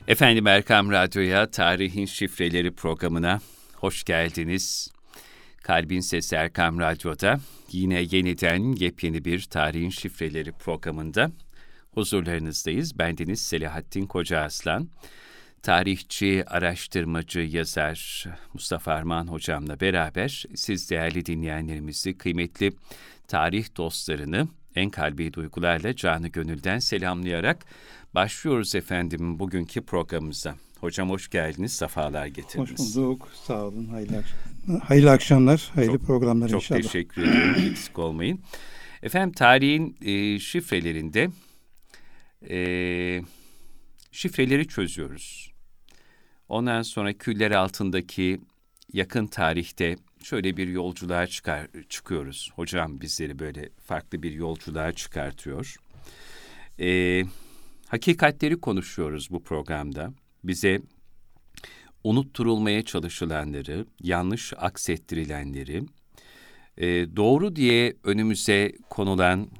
Efendim Erkam Radyo'ya Tarihin Şifreleri programına hoş geldiniz. Kalbin Sesi Erkam Radyo'da yine yeniden yepyeni bir Tarihin Şifreleri programında huzurlarınızdayız. Bendeniz Selahattin Kocaaslan. Tarihçi, araştırmacı, yazar Mustafa Armağan hocamla beraber siz değerli dinleyenlerimizi, kıymetli tarih dostlarını en kalbi duygularla canı gönülden selamlayarak başlıyoruz efendim bugünkü programımıza. Hocam hoş geldiniz, sefalar getirdiniz. Hoş bulduk, sağ olun, hayırlı akşamlar, hayırlı programlar inşallah. Çok teşekkür ederim, eksik olmayın. Efendim tarihin şifrelerinde şifreleri çözüyoruz. Ondan sonra küller altındaki yakın tarihte şöyle bir yolculuğa çıkıyoruz. Hocam bizleri böyle farklı bir yolculuğa çıkartıyor. Hakikatleri konuşuyoruz bu programda. Bize unutturulmaya çalışılanları, yanlış aksettirilenleri, doğru diye önümüze konulan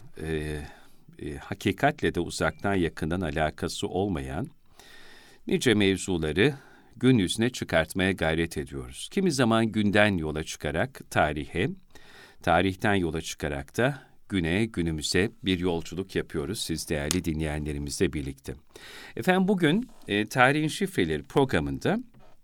hakikatle de uzaktan yakından alakası olmayan nice mevzuları gün yüzüne çıkartmaya gayret ediyoruz. Kimi zaman günden yola çıkarak tarihe, tarihten yola çıkarak da günümüze bir yolculuk yapıyoruz siz değerli dinleyenlerimizle birlikte. Efendim bugün Tarihin Şifreleri programında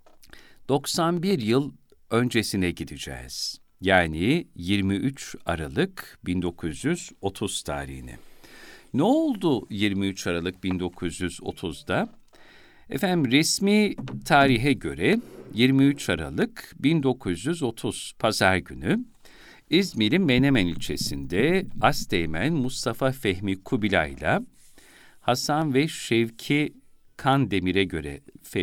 91 yıl öncesine gideceğiz. Yani 23 Aralık 1930 tarihine. Ne oldu 23 Aralık 1930'da? Efendim resmi tarihe göre 23 Aralık 1930 Pazar günü İzmir'in Menemen ilçesinde Asteğmen Mustafa Fehmi Kubilay'la Hasan ve Şevki Kandemir'e göre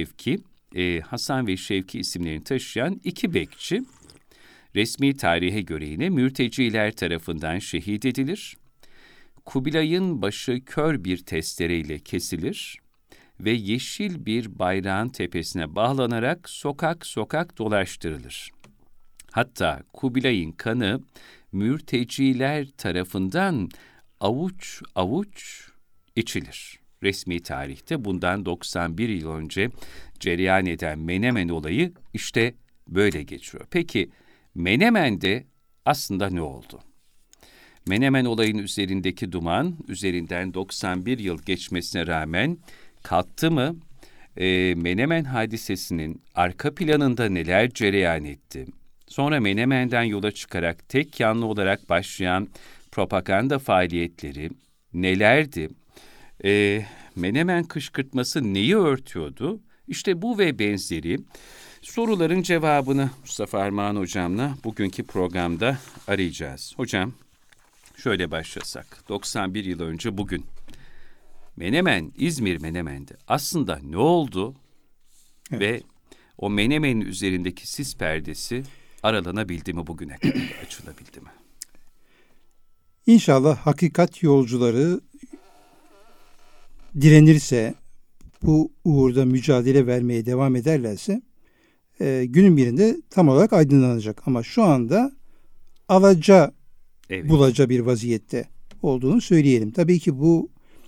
Hasan ve Şevki isimlerini taşıyan iki bekçi resmi tarihe göre yine mürteciler tarafından şehit edilir. Kubilay'ın başı kör bir testereyle kesilir ve yeşil bir bayrağın tepesine bağlanarak sokak sokak dolaştırılır. Hatta Kubilay'ın kanı mürteciler tarafından avuç avuç içilir. Resmi tarihte bundan 91 yıl önce cereyan eden Menemen olayı işte böyle geçiyor. Peki Menemen'de aslında ne oldu? Menemen olayının üzerindeki duman üzerinden 91 yıl geçmesine rağmen kalktı mı? Menemen hadisesinin arka planında neler cereyan etti? Sonra Menemen'den yola çıkarak tek yanlı olarak başlayan propaganda faaliyetleri nelerdi? Menemen kışkırtması neyi örtüyordu? İşte bu ve benzeri soruların cevabını Mustafa Armağan hocamla bugünkü programda arayacağız. Hocam şöyle başlasak. 91 yıl önce bugün Menemen, İzmir Menemen'de aslında ne oldu? Evet. Ve o Menemen'in üzerindeki sis perdesi aralanabildi mi bugüne kadar, açılabildi mi? İnşallah hakikat yolcuları direnirse, bu uğurda mücadele vermeye devam ederlerse günün birinde tam olarak aydınlanacak. Ama şu anda bulaca bir vaziyette olduğunu söyleyelim. Tabii ki bu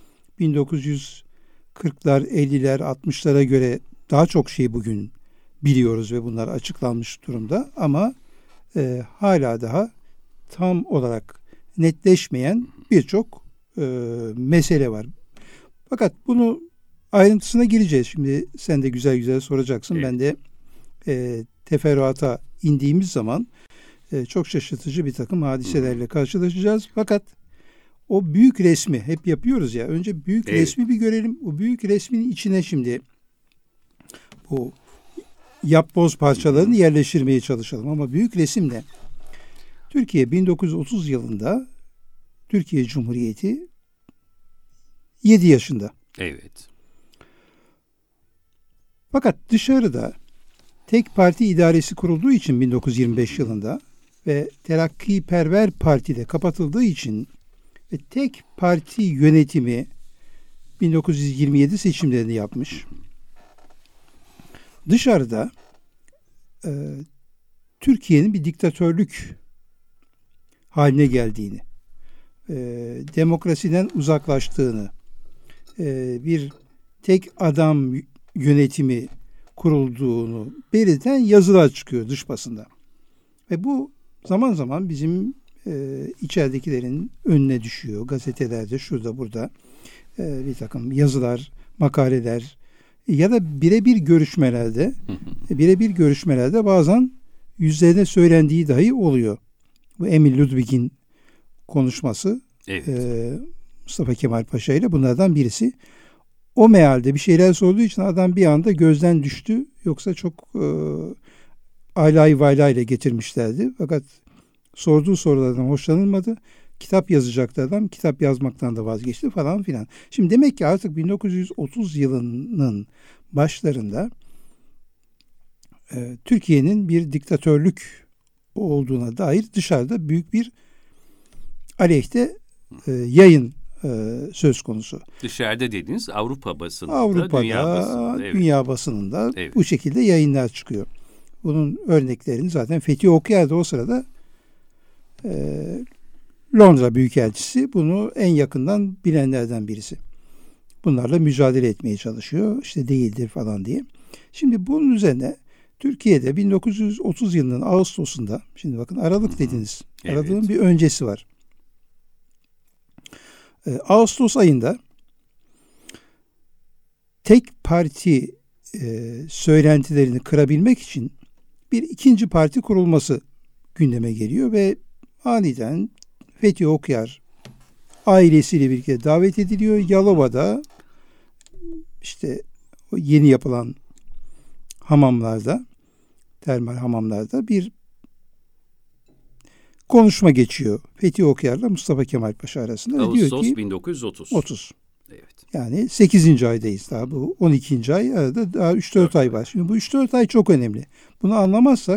1940'lar, 50'ler, 60'lara göre daha çok şey bugün biliyoruz ve bunlar açıklanmış durumda. Ama hala daha tam olarak netleşmeyen birçok mesele var. Fakat bunu ayrıntısına gireceğiz. Şimdi sen de güzel güzel soracaksın. Evet. Ben de teferruata indiğimiz zaman çok şaşırtıcı bir takım hadiselerle karşılaşacağız. Fakat o büyük resmi hep yapıyoruz ya. Önce büyük resmi bir görelim. O büyük resmin içine şimdi bu yapboz parçalarını yerleştirmeye çalışalım. Ama büyük resim ne? Türkiye 1930 yılında Türkiye Cumhuriyeti 7 yaşında. Evet. Fakat dışarıda tek parti idaresi kurulduğu için 1925 yılında ve Terakkiperver Parti de kapatıldığı için ve tek parti yönetimi 1927 seçimlerini yapmış. Dışarıda Türkiye'nin bir diktatörlük haline geldiğini, demokrasiden uzaklaştığını, bir tek adam yönetimi kurulduğunu belirten yazılar çıkıyor dış basında. Ve bu zaman zaman bizim içeridekilerin önüne düşüyor. Gazetelerde, şurada burada bir takım yazılar, makaleler ya da birebir görüşmelerde bazen yüzlerine söylendiği dahi oluyor. Bu Emil Ludwig'in konuşması, evet. Mustafa Kemal Paşa ile bunlardan birisi. O mealde bir şeyler sorduğu için adam bir anda gözden düştü. Yoksa çok alay vaylayla getirmişlerdi. Fakat sorduğu sorulardan hoşlanılmadı. Kitap yazacaktı adam. Kitap yazmaktan da vazgeçti falan filan. Şimdi demek ki artık 1930 yılının başlarında Türkiye'nin bir diktatörlük olduğuna dair dışarıda büyük bir aleyhte yayın söz konusu. Dışarıda dediğiniz Avrupa basınında, Avrupa'da, dünya basınında, evet. Dünya basınında evet. bu şekilde yayınlar çıkıyor. Bunun örneklerini zaten Fethi Okyar da o sırada Londra Büyükelçisi, bunu en yakından bilenlerden birisi. Bunlarla mücadele etmeye çalışıyor. İşte değildir falan diye. Şimdi bunun üzerine Türkiye'de 1930 yılının Ağustos'unda, şimdi bakın Aralık dediniz. Evet. Aralık'ın bir öncesi var. Ağustos ayında tek parti söylentilerini kırabilmek için bir ikinci parti kurulması gündeme geliyor ve aniden Fethi Okyar ailesiyle birlikte davet ediliyor. Yalova'da işte o yeni yapılan hamamlarda, termal hamamlarda bir konuşma geçiyor Fethi Okyar'la Mustafa Kemal Paşa arasında. Ağustos diyor ki, 1930. 30. Evet. Yani 8. aydayız daha. Bu 12. ay, arada daha 3-4 ay var. Şimdi bu 3-4 ay çok önemli. Bunu anlamazsak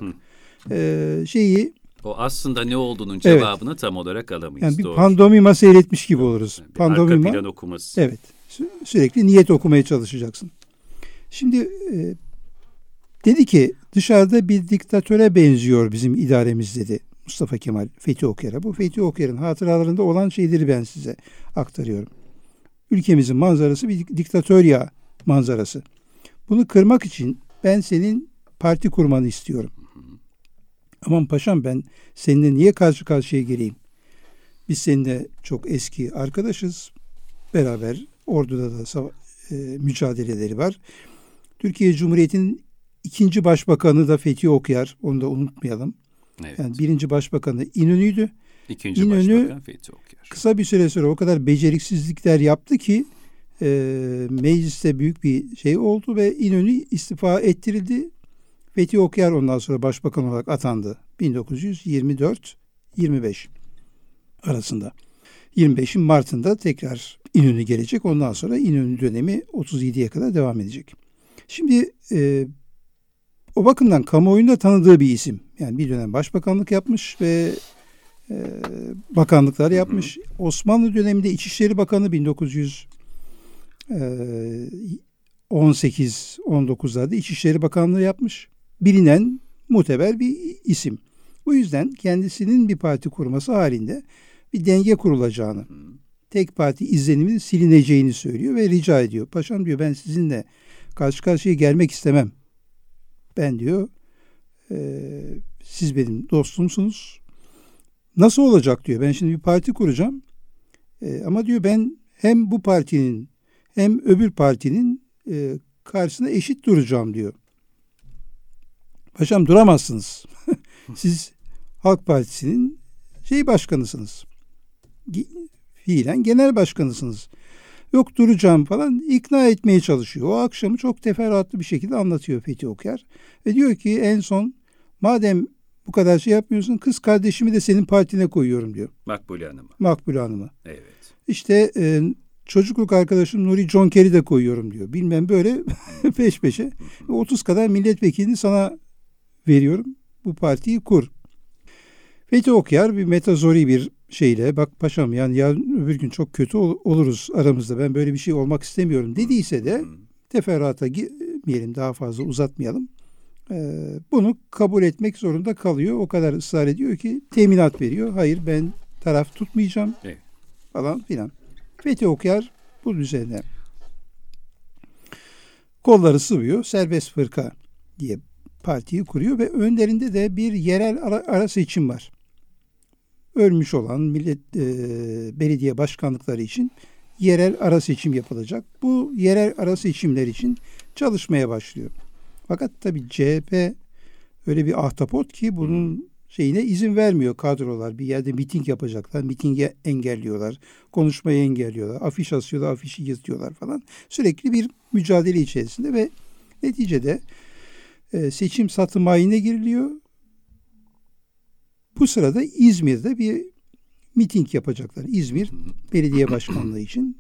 o aslında ne olduğunun cevabını tam olarak alamayız. Yani bir doğru. pandomima seyretmiş gibi oluruz. Bir Pandomima, arka plan okuması. Evet. Sürekli niyet okumaya çalışacaksın. Şimdi dedi ki dışarıda bir diktatöre benziyor bizim idaremiz dedi Mustafa Kemal Fethi Okyar'a. Bu Fethi Okyar'ın hatıralarında olan şeyleri ben size aktarıyorum. Ülkemizin manzarası bir diktatörya manzarası. Bunu kırmak için ben senin parti kurmanı istiyorum. Aman paşam, ben seninle niye karşı karşıya geleyim? Biz seninle çok eski arkadaşız. Beraber orduda da mücadeleleri var. Türkiye Cumhuriyeti'nin ikinci başbakanı da Fethi Okyar. Onu da unutmayalım. Evet. Yani birinci başbakanı İnönü'ydü. İkinci başbakan Fethi Okyar. Kısa bir süre sonra o kadar beceriksizlikler yaptı ki mecliste büyük bir şey oldu ve İnönü istifa ettirildi. Fethi Okyar ondan sonra başbakan olarak atandı. 1924-25 arasında. 25'in Mart'ında tekrar İnönü gelecek. Ondan sonra İnönü dönemi 37'ye kadar devam edecek. Şimdi o bakımdan kamuoyunda tanıdığı bir isim. Yani bir dönem başbakanlık yapmış ve bakanlıklar yapmış. Osmanlı döneminde İçişleri Bakanı 1918-19'larda İçişleri Bakanlığı yapmış. Bilinen, muteber bir isim. Bu yüzden kendisinin bir parti kurması halinde bir denge kurulacağını, tek parti izleniminin silineceğini söylüyor ve rica ediyor. Paşam diyor, ben sizinle karşı karşıya gelmek istemem. Ben diyor, siz benim dostumsunuz. Nasıl olacak diyor. Ben şimdi bir parti kuracağım. Ama diyor ben hem bu partinin hem öbür partinin karşısında eşit duracağım diyor. Paşam duramazsınız. Siz Halk Partisi'nin başkanısınız. Fiilen genel başkanısınız. Yok duracağım falan, ikna etmeye çalışıyor. O akşamı çok teferruatlı bir şekilde anlatıyor Fethi Okyar. Ve diyor ki en son, madem bu kadar şey yapmıyorsun, kız kardeşimi de senin partine koyuyorum diyor. Makbule Hanım'ı. Evet. İşte çocukluk arkadaşım Nuri Conker'i de koyuyorum diyor. Bilmem böyle peş peşe. 30 kadar milletvekilini sana veriyorum. Bu partiyi kur. Fethi Okyar bir metazori bir şeyle, bak paşam yani yarın öbür gün çok kötü oluruz aramızda, ben böyle bir şey olmak istemiyorum dediyse de teferruata girmeyelim, daha fazla uzatmayalım. Bunu kabul etmek zorunda kalıyor. O kadar ısrar ediyor ki teminat veriyor. Hayır, ben taraf tutmayacağım falan filan. Fethi Okyar bunun üzerine kolları sıvıyor. Serbest Fırka diye partiyi kuruyor ve önlerinde de bir yerel ara seçim var. Ölmüş olan belediye başkanlıkları için yerel ara seçim yapılacak. Bu yerel ara seçimler için çalışmaya başlıyor. Fakat tabii CHP öyle bir ahtapot ki bunun şeyine izin vermiyor kadrolar. Bir yerde miting yapacaklar. Mitingi engelliyorlar. Konuşmayı engelliyorlar. Afiş asıyorlar. Afişi yırtıyorlar falan. Sürekli bir mücadele içerisinde ve neticede seçim satım ayine giriliyor. Bu sırada İzmir'de bir miting yapacaklar. İzmir Belediye Başkanlığı için.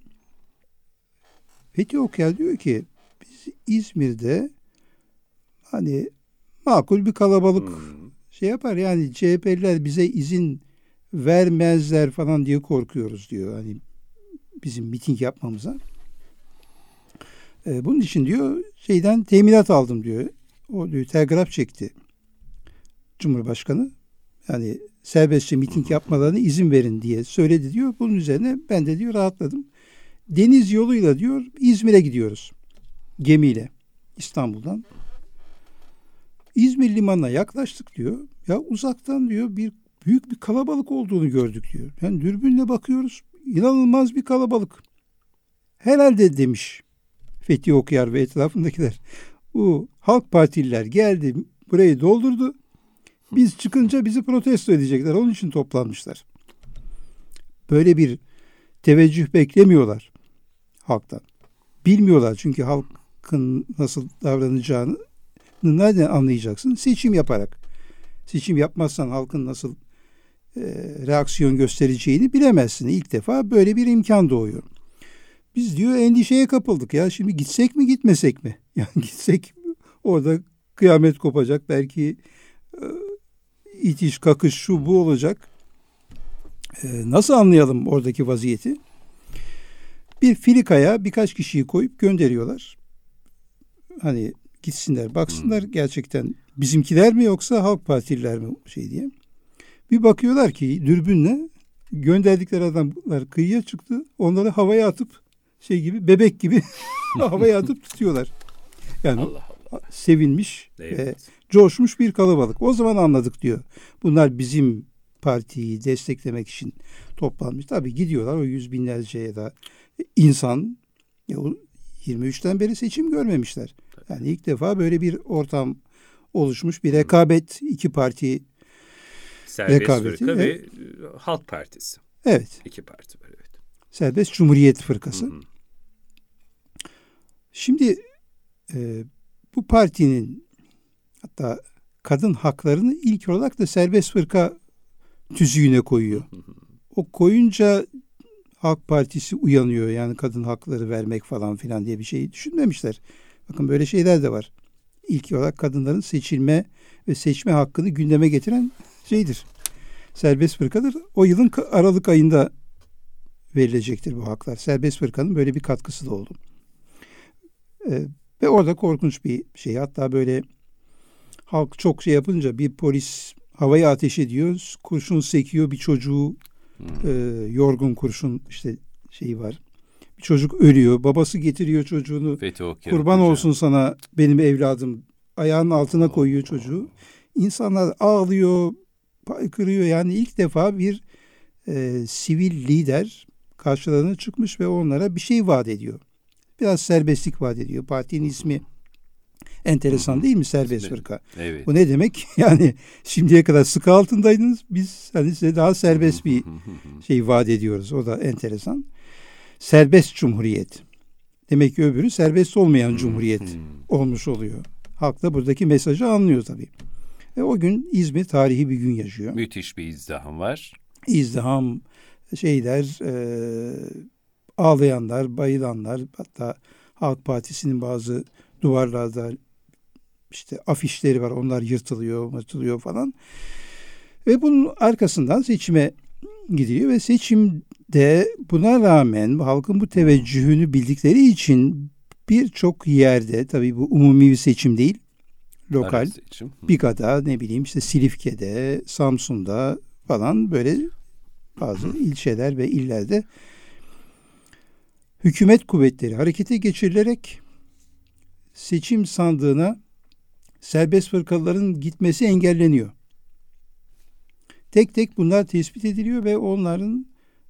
Fethi Okyal diyor ki biz İzmir'de hani makul bir kalabalık şey yapar. Yani CHP'liler bize izin vermezler falan diye korkuyoruz diyor. Hani bizim miting yapmamıza. Bunun için diyor şeyden teminat aldım diyor. O diyor telgraf çekti Cumhurbaşkanı. Yani serbestçe miting yapmalarına izin verin diye söyledi diyor. Bunun üzerine ben de diyor rahatladım. Deniz yoluyla diyor İzmir'e gidiyoruz. Gemiyle İstanbul'dan. İzmir limanına yaklaştık diyor. Ya uzaktan diyor büyük bir kalabalık olduğunu gördük diyor. Yani dürbünle bakıyoruz. İnanılmaz bir kalabalık. Herhalde demiş Fethi Okyar ve etrafındakiler. Bu Halk Partililer geldi burayı doldurdu. Biz çıkınca bizi protesto edecekler. Onun için toplanmışlar. Böyle bir teveccüh beklemiyorlar halktan. Bilmiyorlar çünkü halkın nasıl davranacağını nereden anlayacaksın? Seçim yaparak. Seçim yapmazsan halkın nasıl reaksiyon göstereceğini bilemezsin. İlk defa böyle bir imkan doğuyor. Biz diyor endişeye kapıldık ya. Şimdi gitsek mi gitmesek mi? Yani gitsek orada kıyamet kopacak. Belki itiş kakış şu bu olacak. Nasıl anlayalım oradaki vaziyeti? Bir filikaya birkaç kişiyi koyup gönderiyorlar. Hani gitsinler baksınlar gerçekten bizimkiler mi yoksa Halk Partililer mi şey diye. Bir bakıyorlar ki dürbünle gönderdikleri adamlar kıyıya çıktı. Onları havaya atıp şey gibi bebek gibi havaya atıp tutuyorlar. Yani Allah Allah. Sevinmiş ve coşmuş bir kalabalık. O zaman anladık diyor. Bunlar bizim partiyi desteklemek için toplanmış. Tabii gidiyorlar o yüz binlerce ya da insan 23'ten beri seçim görmemişler. Yani ilk defa böyle bir ortam oluşmuş. Bir rekabet, iki parti Serbest rekabeti. Fırka ve Halk Partisi. Evet. İki parti var evet. Serbest Cumhuriyet Fırkası. Hı hı. Şimdi bu partinin hatta kadın haklarını ilk olarak da Serbest Fırka tüzüğüne koyuyor. Hı hı. O koyunca Halk Partisi uyanıyor. Yani kadın hakları vermek falan filan diye bir şey düşünmemişler. Bakın böyle şeyler de var. İlk olarak kadınların seçilme ve seçme hakkını gündeme getiren şeydir. Serbest Fırkadır. O yılın Aralık ayında verilecektir bu haklar. Serbest Fırkanın böyle bir katkısı da oldu. Ve orada korkunç bir şey. Hatta böyle halk çok şey yapınca bir polis havaya ateş ediyor. Kurşun sekiyor bir çocuğu. Yorgun kurşun işte şeyi var. Bir çocuk ölüyor. Babası getiriyor çocuğunu. Kurban olsun sana benim evladım. Ayağının altına koyuyor çocuğu. İnsanlar ağlıyor, paykırıyor. Yani ilk defa bir sivil lider karşılarına çıkmış ve onlara bir şey vaat ediyor. Biraz serbestlik vaat ediyor. Partinin ismi enteresan değil mi? Serbest Fırka. Evet. Bu ne demek? Yani şimdiye kadar sıkı altındaydınız. Biz hani size daha serbest bir şey vaat ediyoruz. O da enteresan. Serbest Cumhuriyet. Demek ki öbürü serbest olmayan Cumhuriyet olmuş oluyor. Halk da buradaki mesajı anlıyor tabii. O gün İzmir tarihi bir gün yaşıyor. Müthiş bir izdiham var. İzdiham, şeyler, ağlayanlar, bayılanlar, hatta Halk Partisi'nin bazı duvarlarda işte afişleri var. Onlar yırtılıyor falan. Ve bunun arkasından seçime gidiliyor ve seçimde buna rağmen halkın bu teveccühünü bildikleri için birçok yerde, tabii bu umumi bir seçim değil, lokal, Biga'da, ne bileyim işte Silifke'de, Samsun'da falan böyle bazı ilçeler ve illerde hükümet kuvvetleri harekete geçirilerek seçim sandığına serbest fırkalıların gitmesi engelleniyor. Tek tek bunlar tespit ediliyor ve onların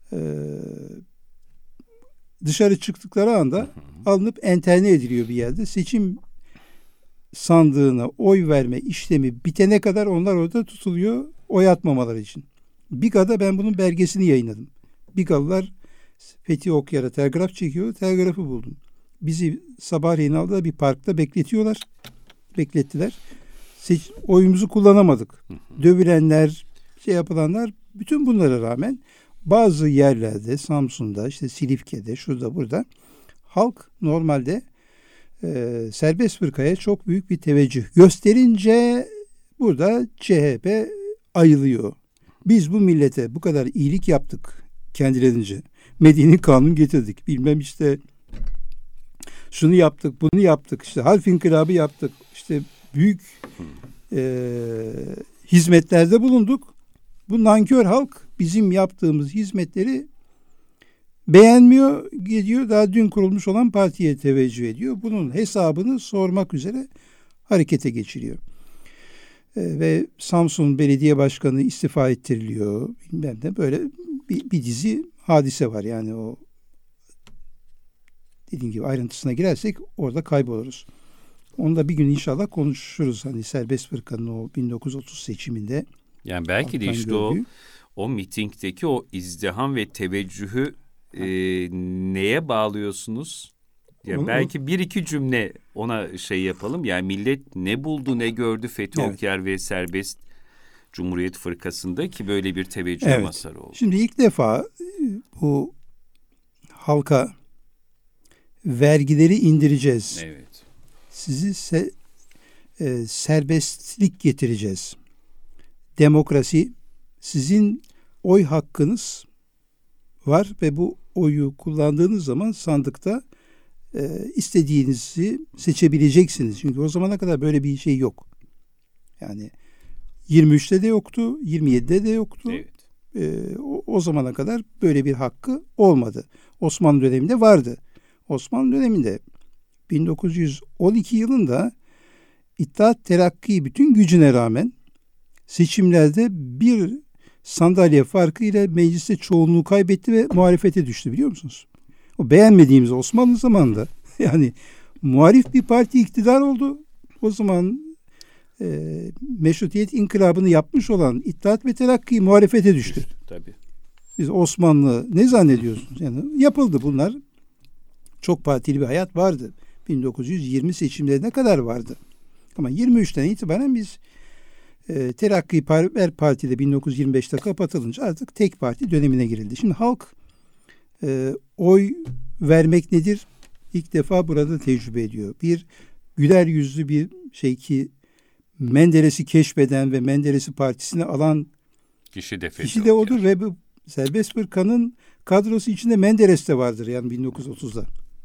dışarı çıktıkları anda alınıp enterne ediliyor bir yerde. Seçim sandığına oy verme işlemi bitene kadar onlar orada tutuluyor oy atmamaları için. BİGA'da ben bunun belgesini yayınladım. BİGA'lılar Fethi Okyar'a telgraf çekiyor. Telgrafı buldum. Bizi sabahleyin aldılar bir parkta beklettiler. Oyumuzu kullanamadık. Dövülenler, yapılanlar, bütün bunlara rağmen bazı yerlerde, Samsun'da, işte Silifke'de, şurada burada halk normalde serbest fırkaya çok büyük bir teveccüh gösterince burada CHP ayılıyor. Biz bu millete bu kadar iyilik yaptık kendilerince. Medeni kanun getirdik. Bilmem işte şunu yaptık, bunu yaptık. İşte harf inkılabı yaptık. İşte büyük hizmetlerde bulunduk. Bu nankör halk bizim yaptığımız hizmetleri beğenmiyor, gidiyor daha dün kurulmuş olan partiye teveccüh ediyor. Bunun hesabını sormak üzere harekete geçiriyor. Ve Samsun Belediye Başkanı istifa ettiriliyor. Bilmem ne, böyle bir dizi hadise var. Yani o dediğim gibi ayrıntısına girersek orada kayboluruz. Onu da bir gün inşallah konuşuruz. Hani serbest fırkanın o 1930 seçiminde. Yani belki de işte o mitingdeki o izdiham ve teveccühü neye bağlıyorsunuz? Ya belki bir iki cümle ona şey yapalım. Yani millet ne buldu, ne gördü Fethi Okyar ve Serbest Cumhuriyet Fırkası'nda ki böyle bir teveccüh mazharı oldu. Şimdi ilk defa bu halka vergileri indireceğiz. Evet. Sizi serbestlik getireceğiz. Demokrasi, sizin oy hakkınız var ve bu oyu kullandığınız zaman sandıkta istediğinizi seçebileceksiniz. Çünkü o zamana kadar böyle bir şey yok. Yani 23'te de yoktu, 27'de de yoktu. Evet. O zamana kadar böyle bir hakkı olmadı. Osmanlı döneminde vardı. Osmanlı döneminde 1912 yılında İttihat Terakki bütün gücüne rağmen seçimlerde bir sandalye farkı ile mecliste çoğunluğu kaybetti ve muhalefete düştü, biliyor musunuz? O beğenmediğimiz Osmanlı zamanında yani muhalif bir parti iktidar oldu. O zaman meşrutiyet inkılabını yapmış olan İttihat ve Terakki muhalefete düştü. Tabii. Biz Osmanlı ne zannediyorsunuz? Yani yapıldı bunlar. Çok partili bir hayat vardı. 1920 seçimlerine kadar vardı. Ama 23'ten itibaren biz Terakkiperver Parti'de 1925'te kapatılınca artık tek parti dönemine girildi. Şimdi halk oy vermek nedir? İlk defa burada tecrübe ediyor. Bir güler yüzlü bir şey ki Menderes'i keşfeden ve Menderes'i partisine alan kişi de odur ve bu serbest fırkanın kadrosu içinde Menderes de vardır yani 1930'da.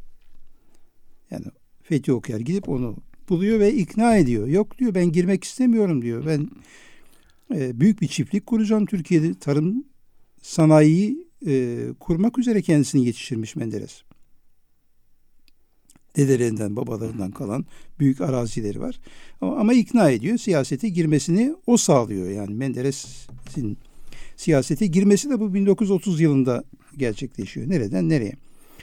Yani Fethi Okyar gidip onu buluyor ve ikna ediyor. Yok diyor, ben girmek istemiyorum diyor. Ben büyük bir çiftlik kuracağım. Türkiye'de tarım sanayiyi kurmak üzere kendisini yetiştirmiş Menderes. Dedelerinden, babalarından kalan büyük arazileri var. Ama ikna ediyor. Siyasete girmesini o sağlıyor. Yani Menderes'in siyasete girmesi de bu 1930 yılında gerçekleşiyor. Nereden nereye?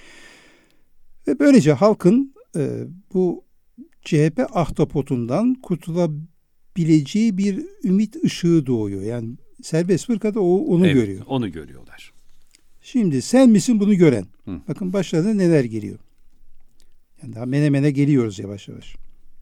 Ve böylece halkın bu CHP ahtapotundan kurtulabileceği bir ümit ışığı doğuyor. Yani serbest fırkada onu görüyor. Onu görüyorlar. Şimdi sen misin bunu gören? Bakın başlarına neler geliyor. Yani daha menemene geliyoruz yavaş yavaş.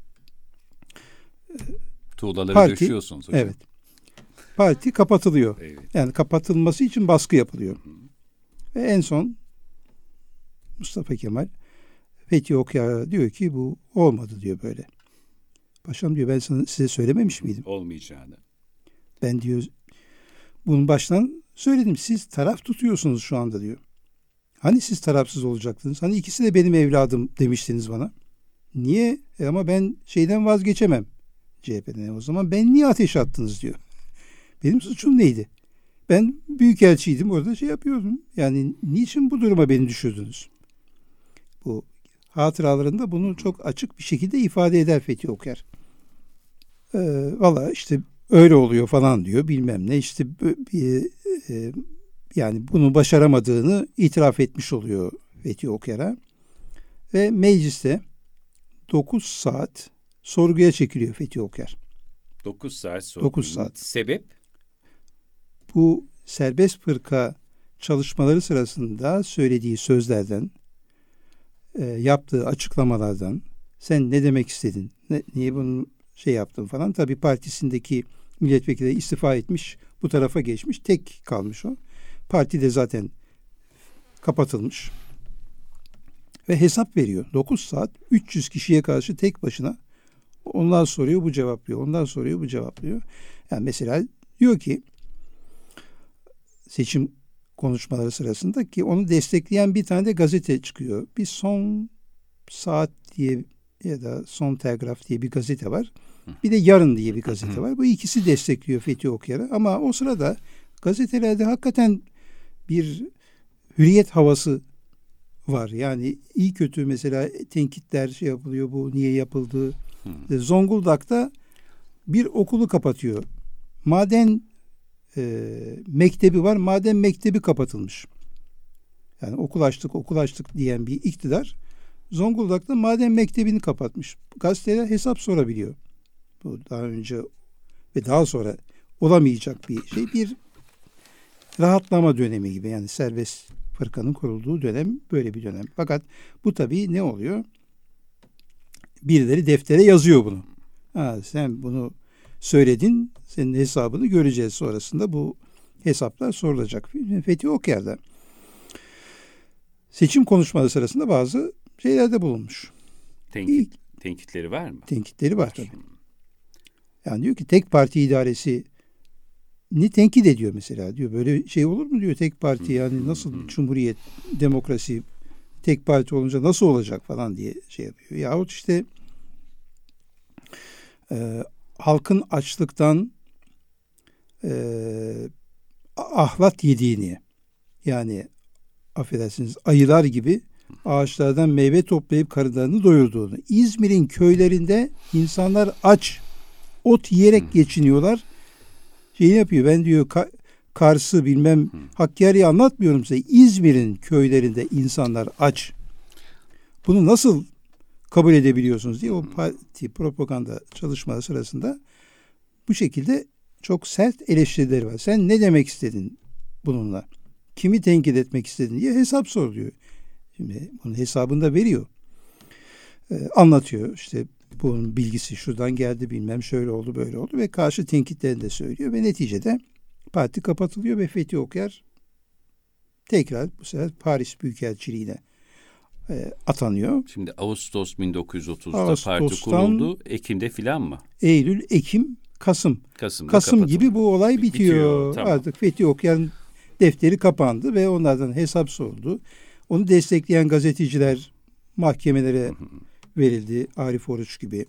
Tuğlaları döşüyorsunuz hocam. Evet. Parti kapatılıyor. Evet. Yani kapatılması için baskı yapılıyor. Ve en son Mustafa Kemal Fethi Okyar diyor ki bu olmadı diyor böyle. Paşam diyor, ben size söylememiş miydim? Olmayacağını. Ben diyor bunun baştan söyledim. Siz taraf tutuyorsunuz şu anda diyor. Hani siz tarafsız olacaktınız? Hani ikisi de benim evladım demiştiniz bana. Niye? Ama ben şeyden vazgeçemem. CHP'den. O zaman ben niye ateş attınız diyor. Benim suçum neydi? Ben büyükelçiydim, orada şey yapıyordum. Yani niçin bu duruma beni düşürdünüz? Bu hatıralarında bunu çok açık bir şekilde ifade eder Fethi Okyar. Valla işte öyle oluyor falan diyor, bilmem ne, işte yani bunu başaramadığını itiraf etmiş oluyor Fethi Okyar'a ve mecliste 9 saat sorguya çekiliyor Fethi Okyar. 9 saat sorgu. 9 saat. Sebep? Bu serbest fırka çalışmaları sırasında söylediği sözlerden, yaptığı açıklamalardan, sen ne demek istedin, niye bunu yaptın falan. Tabii partisindeki milletvekili istifa etmiş, bu tarafa geçmiş, tek kalmış o. Parti de zaten kapatılmış. Ve hesap veriyor. 9 saat 300 kişiye karşı tek başına. Onlar soruyor, bu cevaplıyor. Onlar soruyor, bu cevaplıyor. Yani mesela diyor ki seçim konuşmaları sırasında ki onu destekleyen bir tane de gazete çıkıyor. Bir Son Saat diye ya da Son Telgraf diye bir gazete var. Bir de Yarın diye bir gazete var. Bu ikisi destekliyor Fethi Okyar'ı. Ama o sırada gazetelerde hakikaten bir hürriyet havası var. Yani iyi kötü mesela tenkitler yapılıyor. Bu niye yapıldı? Zonguldak'ta bir okulu kapatıyor. Maden mektebi var. Maden mektebi kapatılmış. Yani okul açtık diyen bir iktidar Zonguldak'ta maden mektebini kapatmış. Gazeteler hesap sorabiliyor. Bu daha önce ve daha sonra olamayacak bir şey. Bir rahatlama dönemi gibi. Yani serbest fırkanın kurulduğu dönem böyle bir dönem. Fakat bu tabii ne oluyor? Birileri deftere yazıyor bunu. Sen bunu söyledin, senin hesabını göreceğiz sonrasında, bu hesaplar sorulacak. Fethi Okyar'da seçim konuşmaları sırasında bazı şeylerde bulunmuş. Tenkitleri var mı? Tenkitleri var tabii. Yani diyor ki tek parti idaresi ni tenkit ediyor mesela, diyor. Böyle şey olur mu diyor, tek parti, yani nasıl cumhuriyet, demokrasi tek parti olunca nasıl olacak falan diye yapıyor. Yahut işte halkın açlıktan ahlat yediğini, yani affedersiniz ayılar gibi ağaçlardan meyve toplayıp karınlarını doyurduğunu, İzmir'in köylerinde insanlar aç, ot yiyerek geçiniyorlar. Yapıyor. Ben diyor Kars'ı bilmem Hakkari'yi anlatmıyorum size. İzmir'in köylerinde insanlar aç. Bunu nasıl kabul edebiliyorsunuz diye o parti propaganda çalışmaları sırasında bu şekilde çok sert eleştirileri var. Sen ne demek istedin bununla? Kimi tenkit etmek istedin diye hesap soruyor. Şimdi bunun hesabını da veriyor. Anlatıyor. İşte bunun bilgisi şuradan geldi, bilmem şöyle oldu, böyle oldu ve karşı tenkitlerini de söylüyor ve neticede parti kapatılıyor ve Fethi Okyar tekrar bu sefer Paris Büyükelçiliğine atanıyor. Şimdi Ağustos 1930'da parti kuruldu. Ekim'de filan mı? Eylül, Ekim, Kasım gibi bu olay bitiyor. Tamam. Artık Fethi Okyar'ın defteri kapandı ve onlardan hesap soruldu. Onu destekleyen gazeteciler mahkemelere verildi. Arif Oruç gibi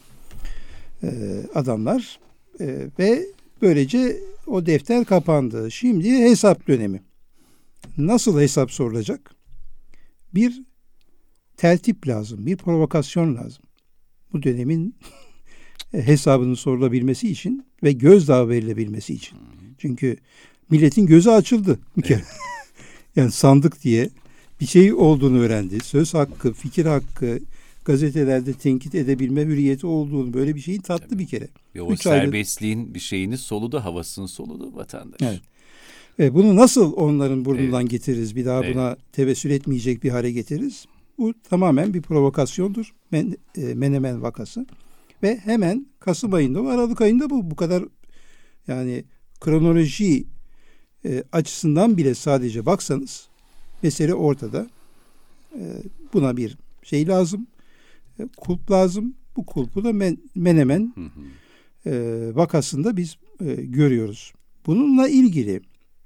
adamlar ve böylece o defter kapandı. Şimdi hesap dönemi. Nasıl hesap sorulacak? Bir tertip lazım, bir provokasyon lazım. Bu dönemin hesabının sorulabilmesi için ve gözdağı verilebilmesi için. Çünkü milletin gözü açıldı bir kere. Yani sandık diye bir şey olduğunu öğrendi. Söz hakkı, fikir hakkı, gazetelerde tenkit edebilme hürriyeti olduğunu, böyle bir şeyin tattı bir kere. Ve o serbestliğin bir şeyini soludu, havasını soludu vatandaş. Evet. Bunu nasıl onların burnundan getiririz? Bir daha buna tevessül etmeyecek bir hale getiririz. Bu tamamen bir provokasyondur. Menemen vakası. Ve hemen Kasım ayında, Aralık ayında bu kadar, yani kronoloji açısından bile sadece baksanız mesele ortada. Buna bir şey lazım. Kulp lazım. Bu kulpu da Menemen vakasında biz görüyoruz. Bununla ilgili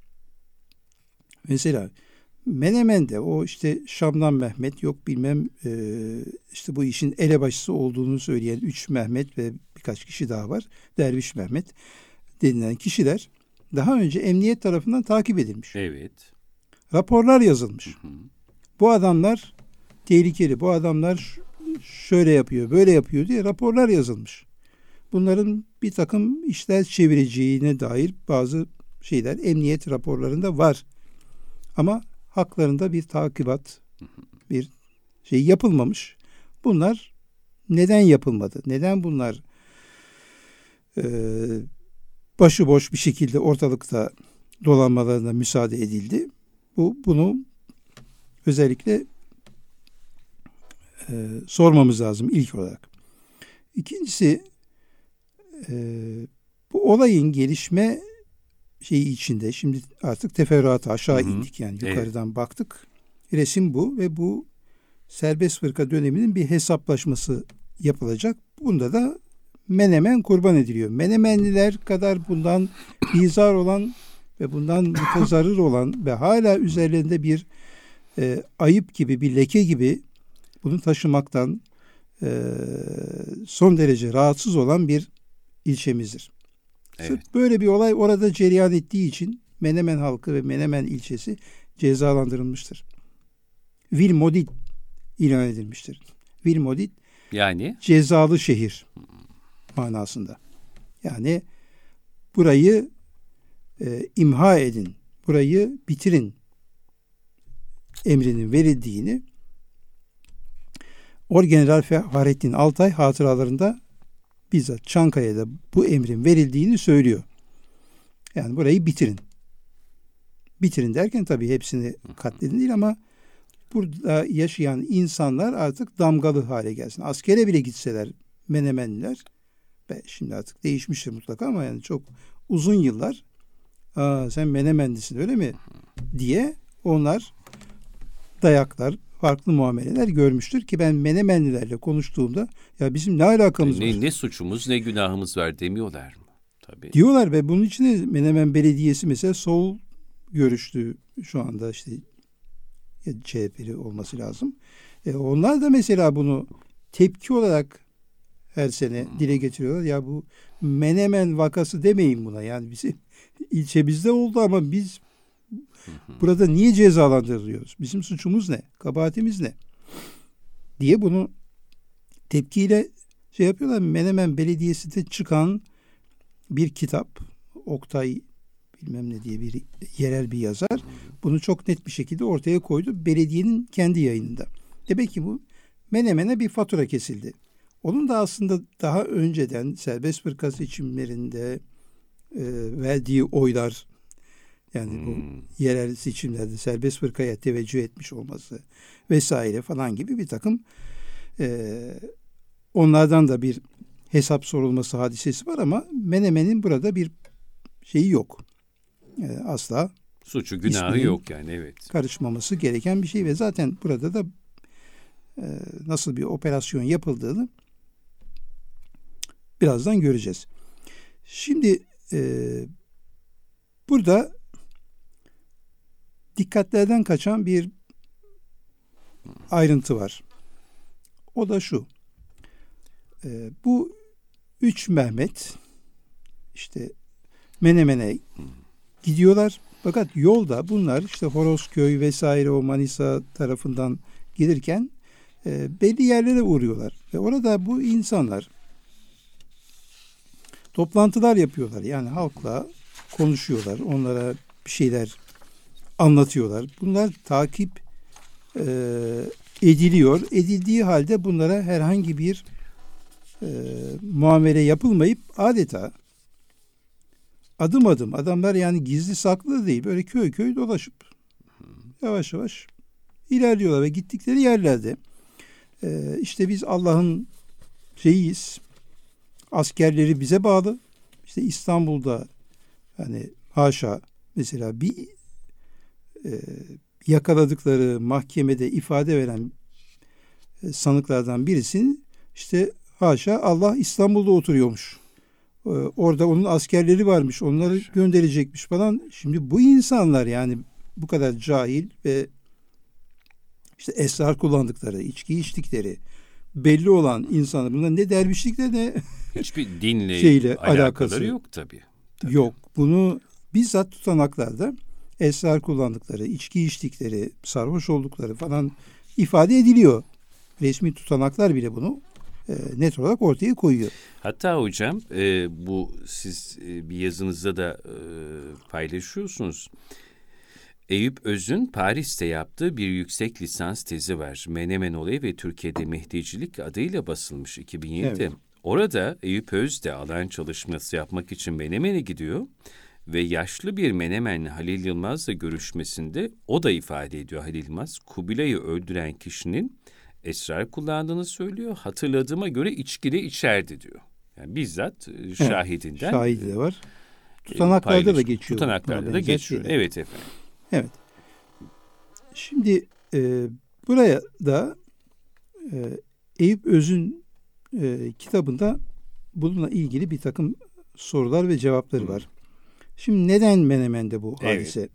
mesela Menemen'de o işte Şam'dan Mehmet, yok bilmem işte bu işin elebaşısı olduğunu söyleyen 3 Mehmet ve birkaç kişi daha var. Derviş Mehmet denilen kişiler daha önce emniyet tarafından takip edilmiş. Evet. Raporlar yazılmış. Bu adamlar tehlikeli. Bu adamlar şöyle yapıyor, böyle yapıyor diye raporlar yazılmış. Bunların bir takım işler çevireceğine dair bazı şeyler emniyet raporlarında var. Ama haklarında bir takibat, bir şey yapılmamış. Bunlar neden yapılmadı? Neden bunlar başıboş bir şekilde ortalıkta dolanmalarına müsaade edildi? Bunu özellikle sormamız lazım ilk olarak. İkincisi, bu olayın gelişme şeyi içinde, şimdi artık teferruata aşağı indik, yani yukarıdan baktık. Resim bu ve bu serbest fırka döneminin bir hesaplaşması yapılacak. Bunda da Menemen kurban ediliyor. Menemenliler kadar bundan bizar olan ve bundan mutazarrır olan ve hala üzerlerinde bir ayıp gibi, bir leke gibi bunu taşımaktan son derece rahatsız olan bir ilçemizdir. Evet. Sırf böyle bir olay orada cereyan ettiği için Menemen halkı ve Menemen ilçesi cezalandırılmıştır. Vilmodit ilan edilmiştir. Vilmodit yani cezalı şehir manasında. Yani burayı imha edin, burayı bitirin emrinin verildiğini Orgeneral Fahrettin Altay hatıralarında bizzat Çankaya'da bu emrin verildiğini söylüyor. Yani burayı bitirin. Bitirin derken tabii hepsini katledin değil ama burada yaşayan insanlar artık damgalı hale gelsin. Askere bile gitseler Menemenliler, şimdi artık değişmiştir mutlaka ama yani çok uzun yıllar sen Menemenlisin öyle mi diye onlar dayaklar, farklı muameleler görmüştür ki ben Menemenlilerle konuştuğumda ya bizim ne alakamız var? Ne suçumuz ne günahımız var demiyorlar mı? Tabii. Diyorlar ve bunun için de Menemen Belediyesi mesela sol görüşlü şu anda işte CHP'li olması lazım. Onlar da mesela bunu tepki olarak her sene dile getiriyorlar. Ya bu Menemen vakası demeyin buna. Yani bizim ilçemizde oldu ama biz burada niye cezalandırılıyoruz? Bizim suçumuz ne? Kabahatimiz ne? Diye bunu tepkiyle şey yapıyorlar. Menemen Belediyesi'nde çıkan bir kitap, Oktay bilmem ne diye bir yerel bir yazar bunu çok net bir şekilde ortaya koydu. Belediyenin kendi yayınında. Demek ki bu Menemen'e bir fatura kesildi. Onun da aslında daha önceden serbest fırka seçimlerinde verdiği oylar, yani bu yerel seçimlerde serbest fırkaya teveccüh etmiş olması vesaire falan gibi bir takım onlardan da bir hesap sorulması hadisesi var ama Menemen'in burada bir şeyi yok. Asla suçu günahı yok yani, evet. Karışmaması gereken bir şey ve zaten burada da nasıl bir operasyon yapıldığını birazdan göreceğiz. Şimdi burada dikkatlerden kaçan bir ayrıntı var. O da şu. Bu 3 Mehmet işte Menemen'e gidiyorlar. Fakat yolda bunlar işte Horozköy vesaire o Manisa tarafından gelirken belli yerlere uğruyorlar. Ve orada bu insanlar toplantılar yapıyorlar. Yani halkla konuşuyorlar. Onlara bir şeyler anlatıyorlar. Bunlar takip ediliyor. Edildiği halde bunlara herhangi bir muamele yapılmayıp adeta adım adım adamlar yani gizli saklı değil böyle köy köy dolaşıp yavaş yavaş ilerliyorlar ve gittikleri yerlerde işte biz Allah'ın şeyiyiz, askerleri bize bağlı. İşte İstanbul'da hani haşa mesela bir yakaladıkları mahkemede ifade veren sanıklardan birisinin işte haşa Allah İstanbul'da oturuyormuş. Orada onun askerleri varmış. Onları gönderecekmiş falan. Şimdi bu insanlar yani bu kadar cahil ve işte esrar kullandıkları, içki içtikleri belli olan insanlar. Bunlar ne dervişlikle ne hiçbir dinle alakaları yok tabii. Yok. Bunu bizzat tutanaklarda esrar kullandıkları, içki içtikleri, sarhoş oldukları falan ifade ediliyor. Resmi tutanaklar bile bunu net olarak ortaya koyuyor. Hatta hocam bu siz bir yazınızda da paylaşıyorsunuz. Eyüp Öz'ün Paris'te yaptığı bir yüksek lisans tezi var. Menemen olayı ve Türkiye'de Mehdicilik adıyla basılmış 2007'de. Evet. Orada Eyüp Öz de alan çalışması yapmak için Menemen'e gidiyor ve yaşlı bir Menemenli Halil Yılmaz'la görüşmesinde o da ifade ediyor. Halil Yılmaz, Kubilay'ı öldüren kişinin esrar kullandığını söylüyor. Hatırladığıma göre içki de içerdi diyor. Yani bizzat şahidinden. Şahidi de var. Tutanaklarda da geçiyor. Tutanaklarda da geçiyor. Evet efendim. Evet. Şimdi buraya da Eyüp Öz'ün kitabında bununla ilgili bir takım sorular ve cevapları var. Şimdi neden Menemen'de bu hadise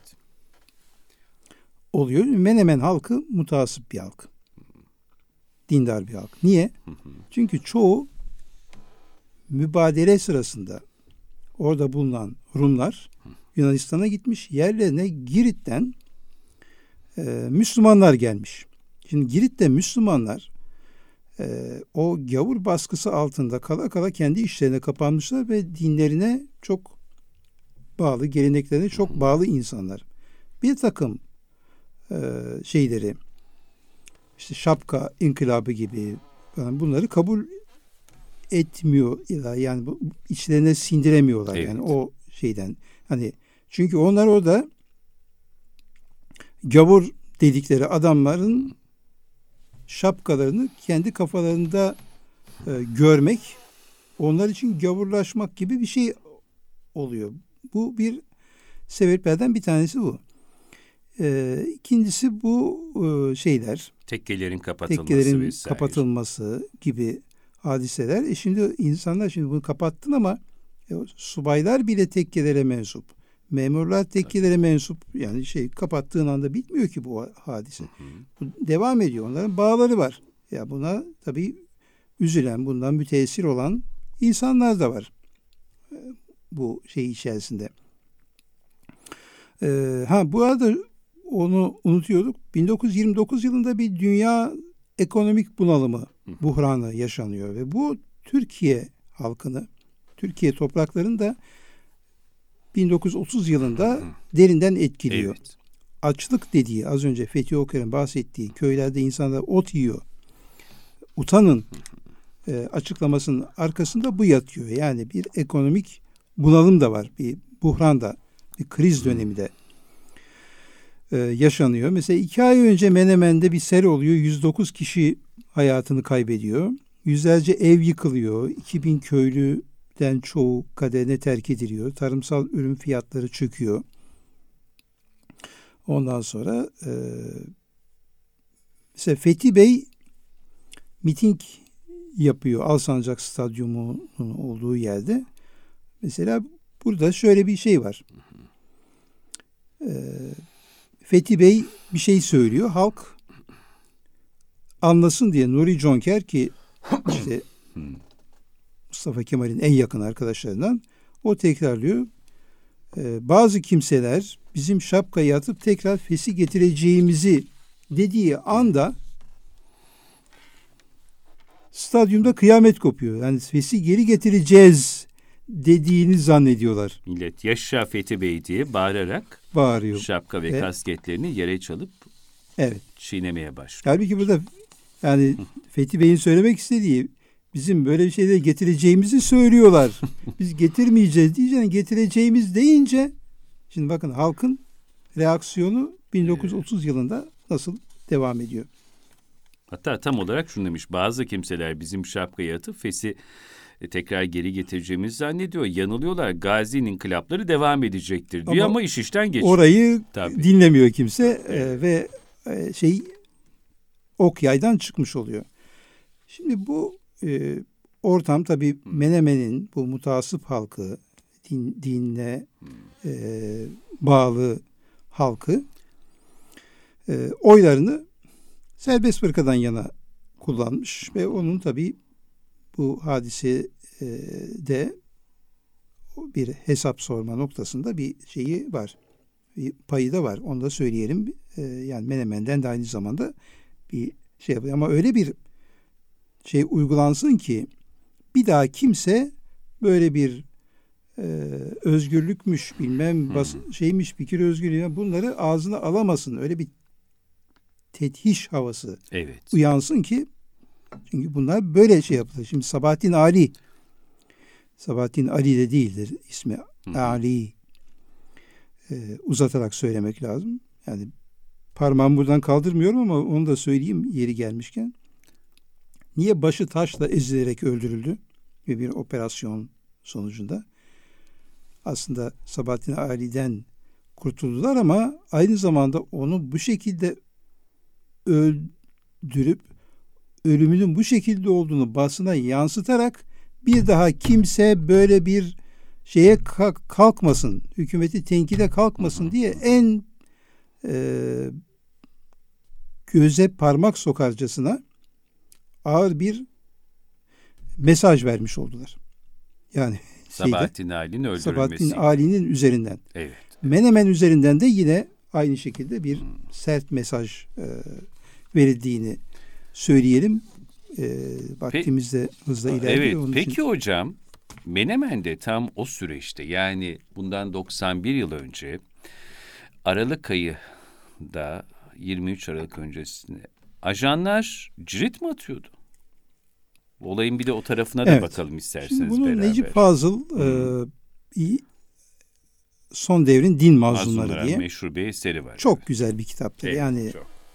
oluyor? Menemen halkı mutasip bir halk. Dindar bir halk. Niye? Çünkü çoğu mübadele sırasında orada bulunan Rumlar Yunanistan'a gitmiş. Yerlerine Girit'ten Müslümanlar gelmiş. Şimdi Girit'te Müslümanlar o gavur baskısı altında kala kala kendi işlerine kapanmışlar ve dinlerine çok bağlı, geleneklerine çok bağlı insanlar. Bir takım şeyleri, işte şapka inkılabı gibi bunları kabul etmiyor, yani içlerine sindiremiyorlar. Evet. Yani o şeyden, hani çünkü onlar orada gavur dedikleri adamların şapkalarını kendi kafalarında görmek onlar için gavurlaşmak gibi bir şey oluyor. Bu bir sebeplerden bir tanesi bu. İkincisi bu şeyler. Tekkelerin kapatılması kapatılması gibi hadiseler. Şimdi insanlar bunu kapattın ama subaylar bile tekkelere mensup. Memurlar tekkelere mensup. Yani kapattığın anda bitmiyor ki bu hadise. Bu devam ediyor. Onların bağları var. Ya buna tabii üzülen, bundan müteessir olan insanlar da var. Bu içerisinde. Bu arada onu unutuyorduk. 1929 yılında bir dünya ekonomik bunalımı, buhranı yaşanıyor ve bu Türkiye halkını, Türkiye topraklarını da 1930 yılında derinden etkiliyor. Evet. Açlık dediği, az önce Fethi Okar'ın bahsettiği, köylerde insanlar ot yiyor, utanın açıklamasının arkasında bu yatıyor. Yani bir ekonomik bunalım da var, bir buhran da, bir kriz dönemi de yaşanıyor. Mesela 2 ay önce Menemen'de bir sel oluyor. 109 kişi hayatını kaybediyor. Yüzlerce ev yıkılıyor. 2000 köylüden çoğu kaderine terk ediliyor. Tarımsal ürün fiyatları çöküyor. Ondan sonra mesela Fethi Bey miting yapıyor Alsancak Stadyumu'nun olduğu yerde. Mesela burada şöyle bir şey var. Fethi Bey bir şey söylüyor. Halk anlasın diye Nuri Conker, ki işte Mustafa Kemal'in en yakın arkadaşlarından, o tekrarlıyor. Bazı kimseler bizim şapkayı atıp tekrar fesi getireceğimizi dediği anda stadyumda kıyamet kopuyor. Yani fesi geri getireceğiz dediğini zannediyorlar. Millet yaşa Fethi Bey diye bağırıyor. Şapka ve kasketlerini yere çalıp çiğnemeye başlıyor. Halbuki burada yani Fethi Bey'in söylemek istediği, bizim böyle bir şeyleri getireceğimizi söylüyorlar. Biz getirmeyeceğiz diyeceğim. Getireceğimiz deyince, şimdi bakın halkın reaksiyonu 1930 yılında nasıl devam ediyor. Hatta tam olarak şunu demiş: bazı kimseler bizim şapkayı atıp fesi tekrar geri getireceğimizi zannediyor. Yanılıyorlar. Gazi inkılapları devam edecektir diyor ama iş işten geçiyor. Orayı dinlemiyor kimse ve ok yaydan çıkmış oluyor. Şimdi bu ortam tabii Menemen'in bu mutasip halkı, dinle bağlı halkı oylarını serbest fırkadan yana kullanmış ve onun tabii bu hadisede bir hesap sorma noktasında bir şeyi var. Bir payı da var. Onu da söyleyelim. Yani Menemen'den de aynı zamanda bir şey yapıyor. Ama öyle bir şey uygulansın ki bir daha kimse böyle bir özgürlükmüş bilmem şeymiş fikir özgürlüğü bunları ağzına alamasın. Öyle bir tethiş havası uyansın ki çünkü bunlar böyle şey yapılır. Şimdi Sabahattin Ali de değildir ismi Ali uzatarak söylemek lazım. Yani parmağımı buradan kaldırmıyorum ama onu da söyleyeyim yeri gelmişken. Niye başı taşla ezilerek öldürüldü? Ve bir operasyon sonucunda. Aslında Sabahattin Ali'den kurtuldular ama aynı zamanda onu bu şekilde öldürüp ölümünün bu şekilde olduğunu basına yansıtarak bir daha kimse böyle bir şeye kalkmasın, hükümeti tenkide kalkmasın diye en göze parmak sokarcasına ağır bir mesaj vermiş oldular. Yani Sabahattin Ali'nin öldürülmesi. Sabahattin Ali'nin üzerinden. Evet. Menemen üzerinden de yine aynı şekilde bir sert mesaj verildiğini söyleyelim. Vaktimiz de hızla ilerliyor. Evet. Peki hocam, Menemen'de tam o süreçte yani bundan 91 yıl önce Aralık ayında 23 Aralık öncesinde ajanlar cirit mi atıyordu? Olayın bir de o tarafına da bakalım isterseniz Şimdi bunu beraber. Necip Fazıl Son Devrin Din Mazlumları diye meşhur bir eseri var. Çok güzel bir kitaptır. Evet, yani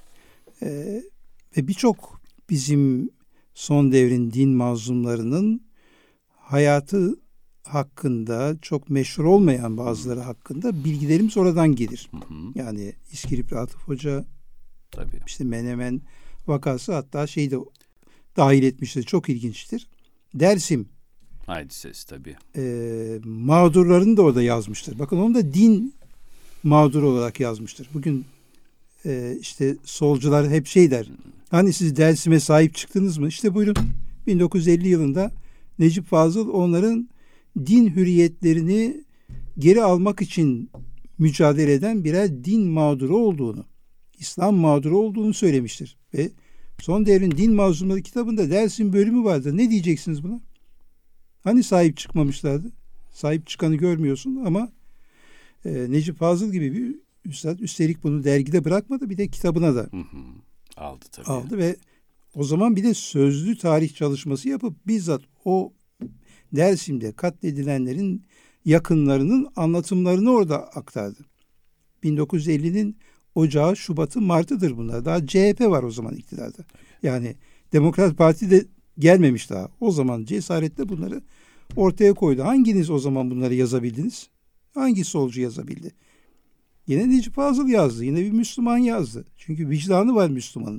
ve birçok bizim son devrin din mazlumlarının hayatı hakkında çok meşhur olmayan bazıları hakkında bilgilerimiz oradan gelir. Yani İskilipli Atıf Hoca, işte Menemen vakası hatta de dahil etmiştir. Çok ilginçtir. Dersim hadisesi tabii. Mağdurlarını da orada yazmıştır. Bakın onu da din mağduru olarak yazmıştır. Bugün işte solcular hep der. Hani siz Dersim'e sahip çıktınız mı? İşte buyurun 1950 yılında Necip Fazıl onların din hürriyetlerini geri almak için mücadele eden birer din mağduru olduğunu, İslam mağduru olduğunu söylemiştir. Ve Son Devrin Din Mazlumları kitabında Dersim bölümü vardır. Ne diyeceksiniz buna? Hani sahip çıkmamışlardı? Sahip çıkanı görmüyorsun ama Necip Fazıl gibi bir üstad üstelik bunu dergide bırakmadı, bir de kitabına da aldı tabii. Aldı ve o zaman bir de sözlü tarih çalışması yapıp bizzat o Dersim'de katledilenlerin yakınlarının anlatımlarını orada aktardı. 1950'nin Ocağı, Şubat'ı, Mart'ıdır bunlar. Daha CHP var o zaman iktidarda. Yani Demokrat Parti de gelmemiş daha. O zaman cesaretle bunları ortaya koydu. Hanginiz o zaman bunları yazabildiniz? Hangi solcu yazabildi? Yine Necip Fazıl yazdı. Yine bir Müslüman yazdı. Çünkü vicdanı var Müslümanın.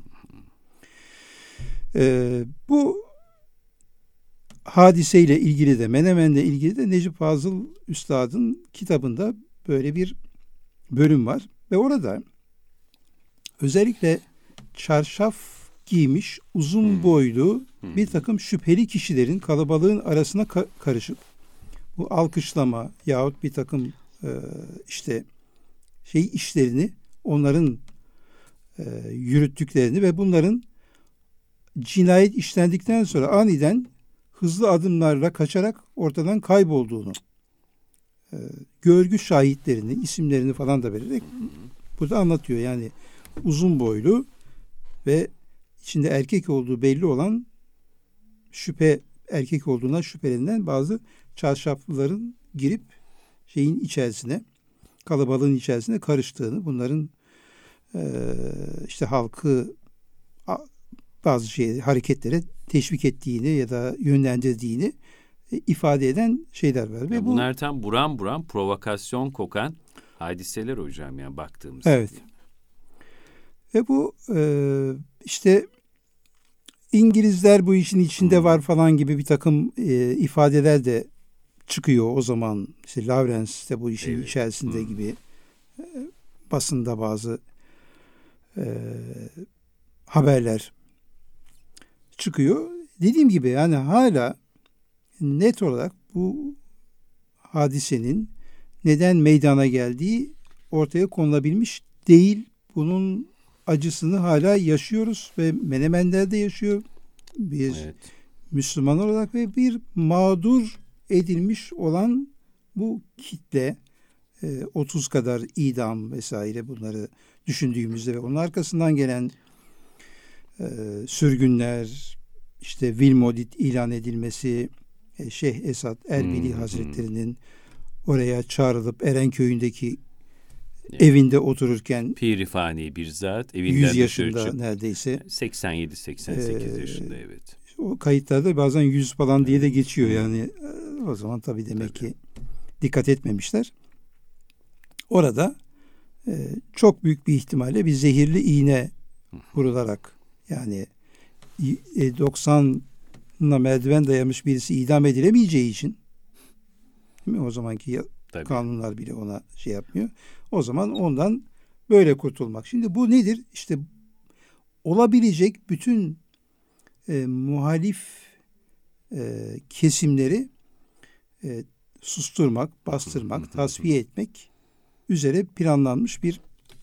Bu hadiseyle ilgili de, Menemen'le ilgili de Necip Fazıl Üstad'ın kitabında böyle bir bölüm var. Ve orada özellikle çarşaf giymiş, uzun boylu bir takım şüpheli kişilerin kalabalığın arasına karışıp bu alkışlama yahut bir takım işlerini, onların yürüttüklerini ve bunların cinayet işlendikten sonra aniden hızlı adımlarla kaçarak ortadan kaybolduğunu, görgü şahitlerini, isimlerini falan da vererek burada anlatıyor. Yani uzun boylu ve içinde erkek olduğu belli olan erkek olduğuna şüphelenilen bazı çarşaflıların girip kalabalığın içerisine karıştığını, bunların halkı bazı hareketlere teşvik ettiğini ya da yönlendirdiğini ifade eden şeyler var. Ve bunlar tam buram buram provokasyon kokan hadiseler hocam yani baktığımızda. Evet. Ve bu İngilizler bu işin içinde var falan gibi bir takım ifadeler de çıkıyor o zaman. İşte Lawrence de bu işin içerisinde gibi basında bazı haberler çıkıyor. Dediğim gibi yani hala net olarak bu hadisenin neden meydana geldiği ortaya konulabilmiş değil. Bunun acısını hala yaşıyoruz ve Menemenler'de yaşıyor bir Müslüman olarak ve bir mağdur edilmiş olan bu kitle, 30 kadar idam vesaire, bunları düşündüğümüzde ve onun arkasından gelen sürgünler, işte Vilmodit ilan edilmesi, Şeyh Esad Erbili Hazretleri'nin oraya çağrılıp Erenköy'ündeki evinde otururken, Pirifani bir zat evinden 100 yaşında neredeyse, 87-88 yaşında, evet. O kayıtlarda bazen 100 falan diye de geçiyor yani. O zaman tabii demek ki dikkat etmemişler. Orada çok büyük bir ihtimalle bir zehirli iğne vurularak, yani 90'la merdiven dayamış birisi idam edilemeyeceği için, değil mi? O zamanki kanunlar bile ona şey yapmıyor. O zaman ondan böyle kurtulmak. Şimdi bu nedir? İşte olabilecek bütün muhalif kesimleri susturmak, bastırmak, tasfiye etmek üzere planlanmış bir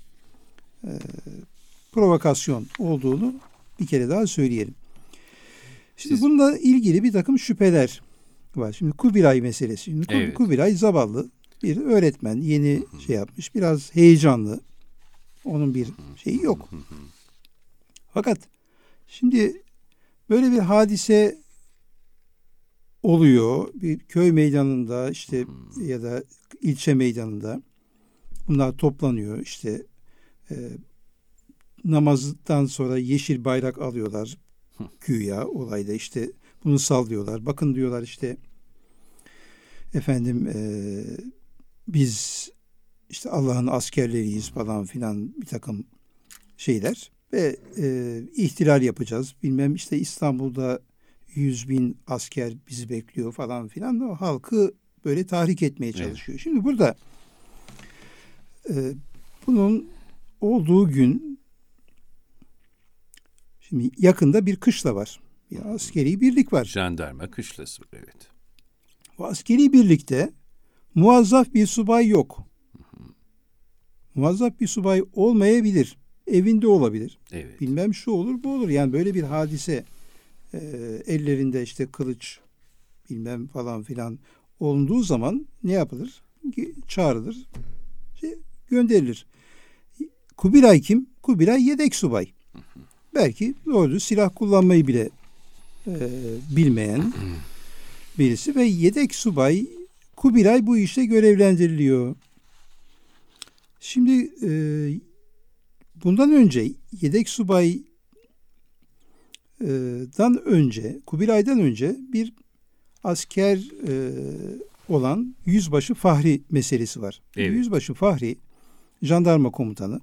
provokasyon olduğunu bir kere daha söyleyelim. Şimdi bununla ilgili bir takım şüpheler var. Şimdi Kubilay meselesi. Şimdi Kubilay zavallı bir öğretmen, yeni şey yapmış, biraz heyecanlı. Onun bir şeyi yok. Fakat şimdi böyle bir hadise oluyor. Bir köy meydanında işte ya da ilçe meydanında bunlar toplanıyor. İşte namazdan sonra yeşil bayrak alıyorlar. Güya olayda işte bunu sallıyorlar. Bakın diyorlar, işte efendim biz işte Allah'ın askerleriyiz falan filan, bir takım şeyler ve ihtilal yapacağız. Bilmem işte İstanbul'da 100.000 asker bizi bekliyor falan filan. O halkı böyle tahrik etmeye çalışıyor. Evet. Şimdi burada bunun olduğu gün, şimdi yakında bir kışla var. Bir askeri birlik var. Jandarma kışlası, evet. Bu askeri birlikte muazzaf bir subay yok. Muazzaf bir subay olmayabilir. Evinde olabilir. Evet. Bilmem şu olur bu olur. Yani böyle bir hadise, ellerinde işte kılıç bilmem falan filan olduğu zaman ne yapılır? Çağrılır. Gönderilir. Kubilay kim? Kubilay yedek subay. Belki doğru silah kullanmayı bile bilmeyen birisi ve yedek subay Kubilay bu işte görevlendiriliyor. Şimdi bundan önce yedek subaydan önce, Kubilay'dan önce bir asker olan Yüzbaşı Fahri meselesi var. Evet. Yüzbaşı Fahri jandarma komutanı.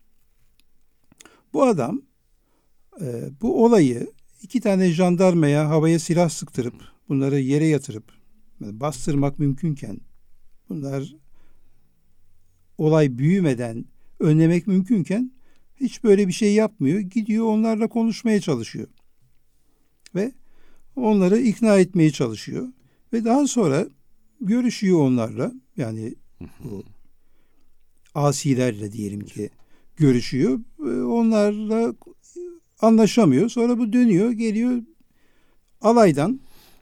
Bu adam bu olayı 2 tane jandarmaya havaya silah sıktırıp bunları yere yatırıp bastırmak mümkünken, bunlar olay büyümeden önlemek mümkünken hiç böyle bir şey yapmıyor. Gidiyor onlarla konuşmaya çalışıyor. Ve onları ikna etmeye çalışıyor. Ve daha sonra görüşüyor onlarla. Yani bu asilerle diyelim ki görüşüyor. Onlarla anlaşamıyor. Sonra bu dönüyor, geliyor alaydan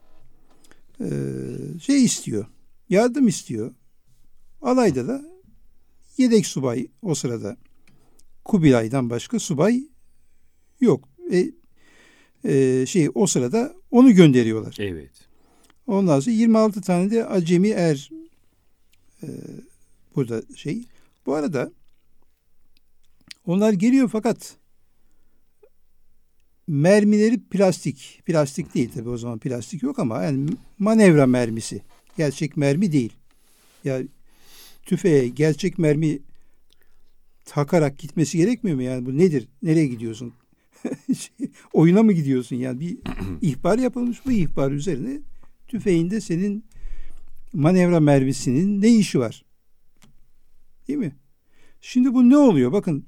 şey istiyor. Yardım istiyor. Alayda da yedek subay o sırada, Kubilay'dan başka subay yok. O sırada onu gönderiyorlar. Evet. Ondan sonra 26 tane de acemi er burada şey. Bu arada onlar geliyor fakat mermileri plastik. Plastik değil tabii, o zaman plastik yok ama yani manevra mermisi. Gerçek mermi değil. Ya tüfeğe gerçek mermi takarak gitmesi gerekmiyor mu? Yani bu nedir? Nereye gidiyorsun? Oyuna mı gidiyorsun? Yani bir ihbar yapılmış, bu ihbar üzerine tüfeğinde senin manevra mermisinin ne işi var? Değil mi? Şimdi bu ne oluyor? Bakın,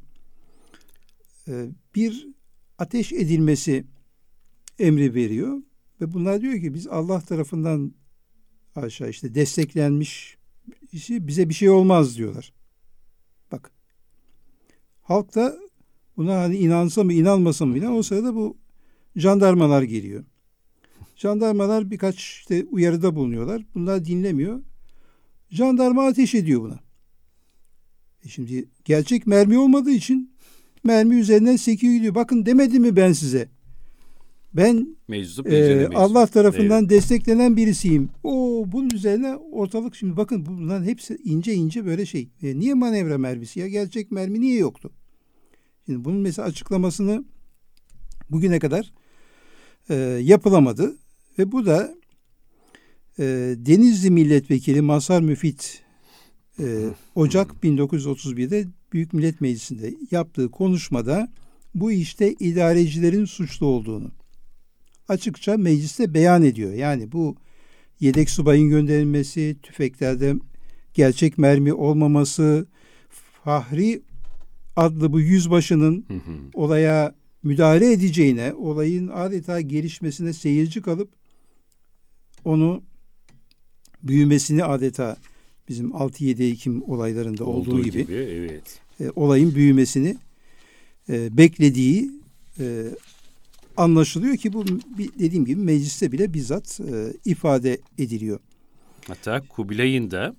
bir ateş edilmesi emri veriyor ve bunlar diyor ki biz Allah tarafından aşağı işte desteklenmiş, bize bir şey olmaz diyorlar. Bak, halk da Buna hani inansa mı inanmasa mı o sırada bu jandarmalar geliyor. Jandarmalar birkaç işte uyarıda bulunuyorlar. Bunlar dinlemiyor. Jandarma ateş ediyor buna. Şimdi gerçek mermi olmadığı için mermi üzerinden sekiyor gidiyor. Bakın demedim mi ben size? Ben Allah tarafından desteklenen birisiyim. Bunun üzerine ortalık şimdi bakın bunların hepsi ince ince böyle şey. Niye manevra mermisi ya? Gerçek mermi niye yoktu? Şimdi bunun mesela açıklamasını bugüne kadar yapılamadı. Ve bu da Denizli Milletvekili Mazhar Müfit Ocak 1931'de Büyük Millet Meclisi'nde yaptığı konuşmada bu işte idarecilerin suçlu olduğunu açıkça mecliste beyan ediyor. Yani bu yedek subayın gönderilmesi, tüfeklerde gerçek mermi olmaması, Fahri adlı bu yüzbaşının olaya müdahale edeceğine, olayın adeta gelişmesine seyirci kalıp onu büyümesini adeta bizim 6-7 Ekim olaylarında olduğu gibi evet. Olayın büyümesini beklediği anlaşılıyor ki bu dediğim gibi mecliste bile bizzat ifade ediliyor. Hatta Kubilay'ın da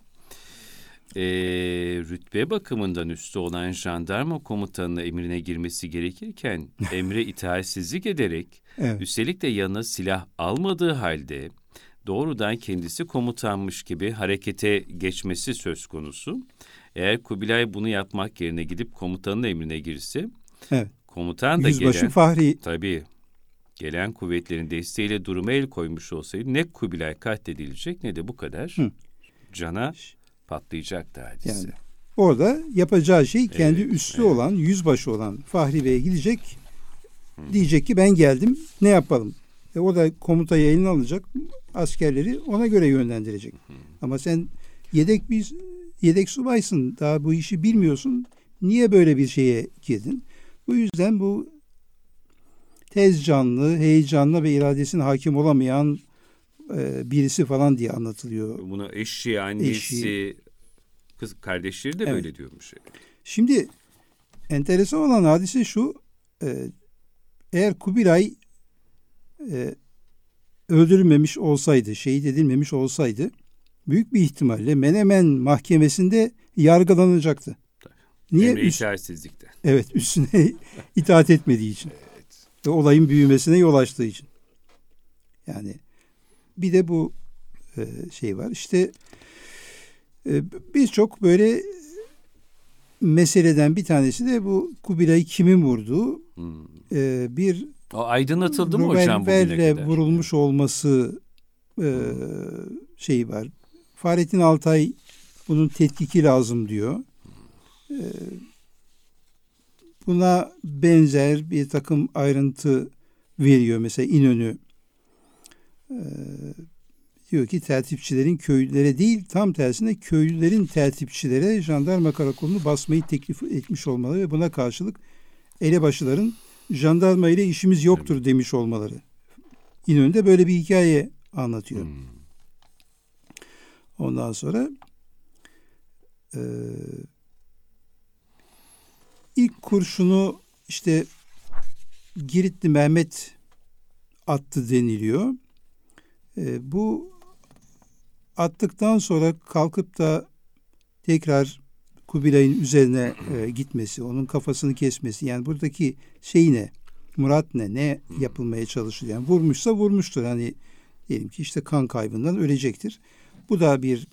rütbe bakımından üstü olan jandarma komutanına emrine girmesi gerekirken emre itaatsizlik ederek evet. Üstelik de yanına silah almadığı halde doğrudan kendisi komutanmış gibi harekete geçmesi söz konusu. Eğer Kubilay bunu yapmak yerine gidip komutanın emrine girse, evet. Komutan da Yüzbaşı Fahri tabii gelen kuvvetlerin desteğiyle duruma el koymuş olsaydı ne Kubilay katledilecek ne de bu kadar cana patlayacaktı hadise. Yani orada yapacağı şey kendi üstü olan, yüzbaşı olan Fahri Bey'e gidecek. Diyecek ki ben geldim, ne yapalım? O da komutayı eline alacak, askerleri ona göre yönlendirecek. Ama sen yedek subaysın, daha bu işi bilmiyorsun. Niye böyle bir şeye girdin? Bu yüzden bu tez canlı, heyecanlı ve iradesine hakim olamayan birisi falan diye anlatılıyor. Buna eşi, annesi, kız kardeşleri de böyle diyormuş. Şimdi enteresan olan hadise şu, eğer Kubilay öldürülmemiş olsaydı, şehit edilmemiş olsaydı büyük bir ihtimalle Menemen Mahkemesi'nde yargılanacaktı. Niye? Emre itaatsizlikte. Evet, üstüne itaat etmediği için. Evet. Ve olayın büyümesine yol açtığı için. Yani bir de bu şey var. İşte birçok böyle meseleden bir tanesi de bu Kubilay'ı kimin vurduğu. Bir o aydınlatıldı mı hocam bugüne kadar? Vurulmuş olması şeyi var. Fahrettin Altay bunun tetkiki lazım diyor. Buna benzer bir takım ayrıntı veriyor. Mesela İnönü diyor ki tertipçilerin köylülere değil, tam tersine köylülerin tertipçilere jandarma karakolunu basmayı teklif etmiş olmaları ve buna karşılık elebaşıların jandarma ile işimiz yoktur demiş olmaları. İnönü'de böyle bir hikaye anlatıyor. Ondan sonra ilk kurşunu işte Giritli Mehmet attı deniliyor. Bu attıktan sonra kalkıp da tekrar Kubilay'ın üzerine gitmesi, onun kafasını kesmesi, yani buradaki şey ne? Murat ne yapılmaya çalışılıyor? Yani vurmuşsa vurmuştur. Hani diyelim ki işte kan kaybından ölecektir. Bu da bir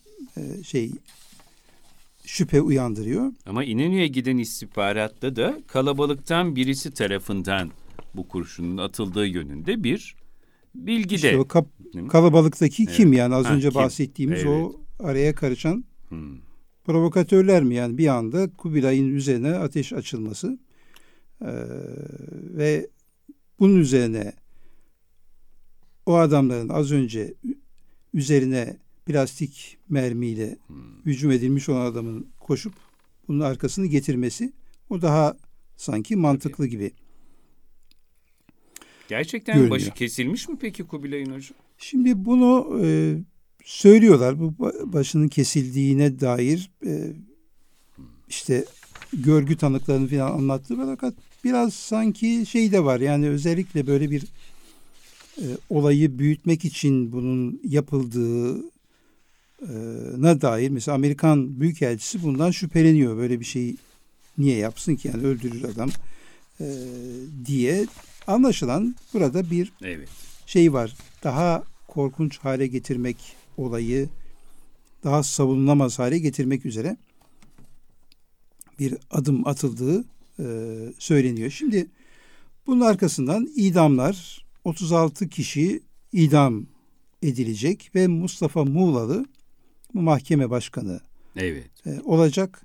şüphe uyandırıyor. Ama İnönü'ye giden istihbaratta da kalabalıktan birisi tarafından bu kurşunun atıldığı yönünde bir bilgi de. İşte o kalabalıktaki kim yani az önce bahsettiğimiz o araya karışan provokatörler mi? Yani bir anda Kubilay'ın üzerine ateş açılması ve bunun üzerine o adamların az önce üzerine plastik mermiyle hücum edilmiş olan adamın koşup bunun arkasını getirmesi, o daha sanki mantıklı gibi. Gerçekten görünüyor. Başı kesilmiş mi peki Kubilay'ın hocam? Şimdi bunu söylüyorlar. Bu başının kesildiğine dair işte görgü tanıklarını falan anlattı. Fakat biraz sanki şey de var. Yani özellikle böyle bir olayı büyütmek için bunun yapıldığına dair mesela Amerikan Büyükelçisi bundan şüpheleniyor. Böyle bir şeyi niye yapsın ki, yani öldürür adam diye. Anlaşılan burada bir şey var. Daha korkunç hale getirmek, olayı daha savunulamaz hale getirmek üzere bir adım atıldığı söyleniyor. Şimdi bunun arkasından idamlar, 36 kişi idam edilecek ve Mustafa Muğlalı bu mahkeme başkanı olacak.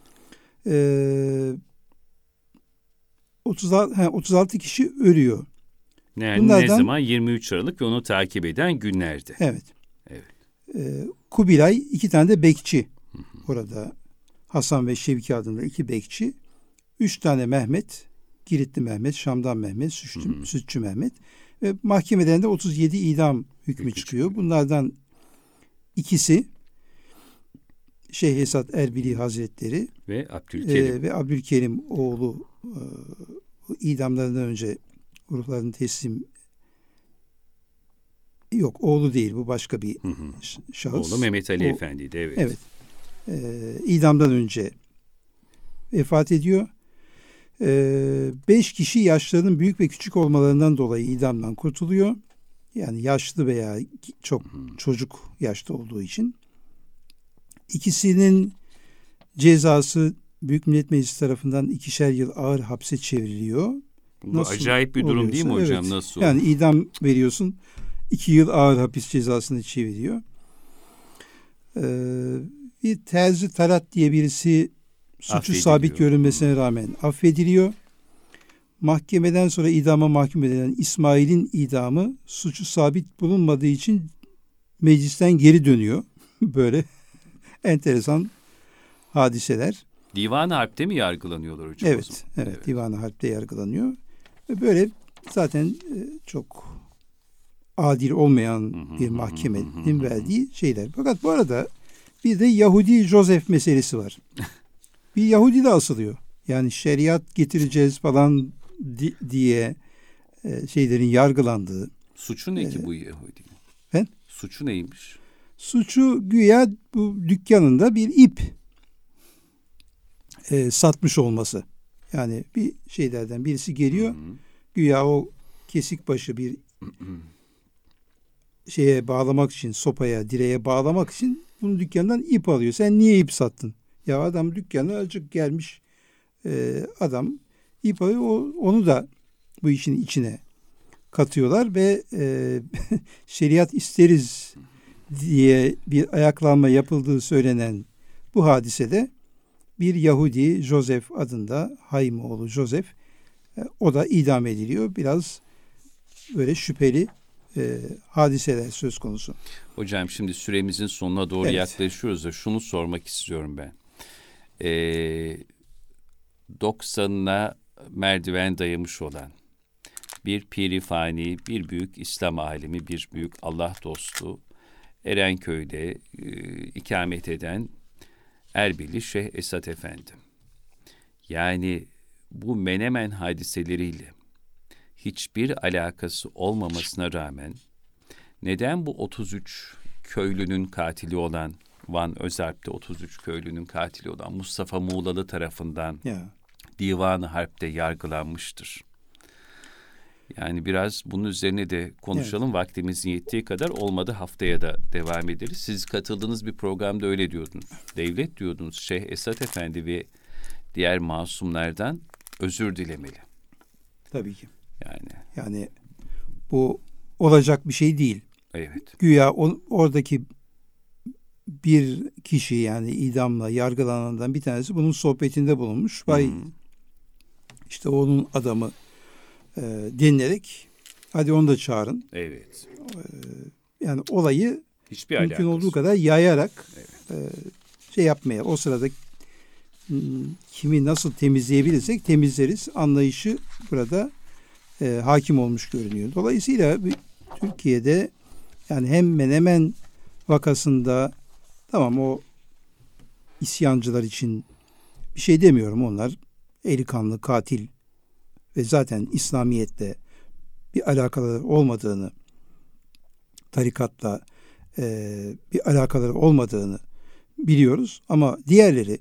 36 kişi ölüyor. Yani bunlardan, ne zaman? 23 Aralık ve onu takip eden günlerde. Evet. Kubilay 2 tane de bekçi. Orada Hasan ve Şevki adında 2 bekçi. 3 tane Mehmet, Giritli Mehmet, Şam'dan Mehmet, Sütçü Mehmet. Ve mahkemeden de 37 idam hükmü çıkıyor. Bunlardan ikisi Şeyh Esad Erbili Hazretleri ve Abdülkerim oğlu idamlarından önce ruhlarını teslim, yok oğlu değil, bu başka bir şahıs. Oğlu Mehmet Ali Efendi'ydi. Evet. İdamdan önce vefat ediyor. 5 kişi yaşlarının büyük ve küçük olmalarından dolayı idamdan kurtuluyor. Yani yaşlı veya çok çocuk yaşta olduğu için. İkisinin cezası Büyük Millet Meclisi tarafından 2'şer yıl ağır hapse çevriliyor. Bu acayip bir durum değil mi hocam? Evet. Nasıl? Yani idam veriyorsun, 2 yıl ağır hapis cezasını çeviriyor. Bir Terzi Talat diye birisi suçu sabit görünmesine rağmen affediliyor. Mahkemeden sonra idama mahkum edilen İsmail'in idamı suçu sabit bulunmadığı için meclisten geri dönüyor. Böyle enteresan hadiseler. Divan-ı Harp'te mi yargılanıyorlar hocam? Evet. Divan-ı Harp'te yargılanıyor. Ve böyle zaten çok adil olmayan bir mahkemenin verdiği şeyler. Fakat bu arada bir de Yahudi Joseph meselesi var. Bir Yahudi de asılıyor. Yani şeriat getireceğiz falan diye şeylerin yargılandığı. Suçu ne ki bu Yahudi? Suçu neymiş? Suçu güya bu dükkanında bir ip satmış olması. Yani bir şeylerden birisi geliyor. Güya o kesik başı bir şeye bağlamak için, sopaya, direğe bağlamak için bunun dükkanından ip alıyor. Sen niye ip sattın? Ya adam dükkanına açık gelmiş, adam ip alıyor. Onu da bu işin içine katıyorlar ve şeriat isteriz diye bir ayaklanma yapıldığı söylenen bu hadisede bir Yahudi Joseph adında, Haymoğlu Joseph, o da idam ediliyor. Biraz böyle şüpheli hadiseler söz konusu. Hocam şimdi süremizin sonuna doğru yaklaşıyoruz da şunu sormak istiyorum ben. 90'ına merdiven dayamış olan bir pirifani, bir büyük İslam alimi, bir büyük Allah dostu, Erenköy'de ikamet eden Erbili Şeyh Esad Efendi. Yani bu Menemen hadiseleriyle hiçbir alakası olmamasına rağmen neden bu 33 köylünün katili olan, Van Özalp'te 33 köylünün katili olan Mustafa Muğlalı tarafından Divan-ı Harp'te yargılanmıştır? Yani biraz bunun üzerine de konuşalım. Evet. Vaktimizin yettiği kadar, olmadı haftaya da devam ederiz. Siz katıldığınız bir programda öyle diyordunuz. Devlet diyordunuz, Şeyh Esad Efendi ve diğer masumlardan özür dilemeli. Tabii ki. Yani bu olacak bir şey değil. Evet. Güya oradaki bir kişi, yani idamla yargılanandan bir tanesi bunun sohbetinde bulunmuş. İşte onun adamı denilerek hadi onu da çağırın. Evet. Yani olayı hiçbir mümkün alakası olduğu kadar yayarak şey yapmaya, o sırada kimi nasıl temizleyebilirsek temizleriz anlayışı burada hakim olmuş görünüyor. Dolayısıyla Türkiye'de yani hem Menemen vakasında tamam, o isyancılar için bir şey demiyorum. Onlar eli kanlı katil ve zaten İslamiyet'le bir alakaları olmadığını, tarikatla bir alakaları olmadığını biliyoruz. Ama diğerleri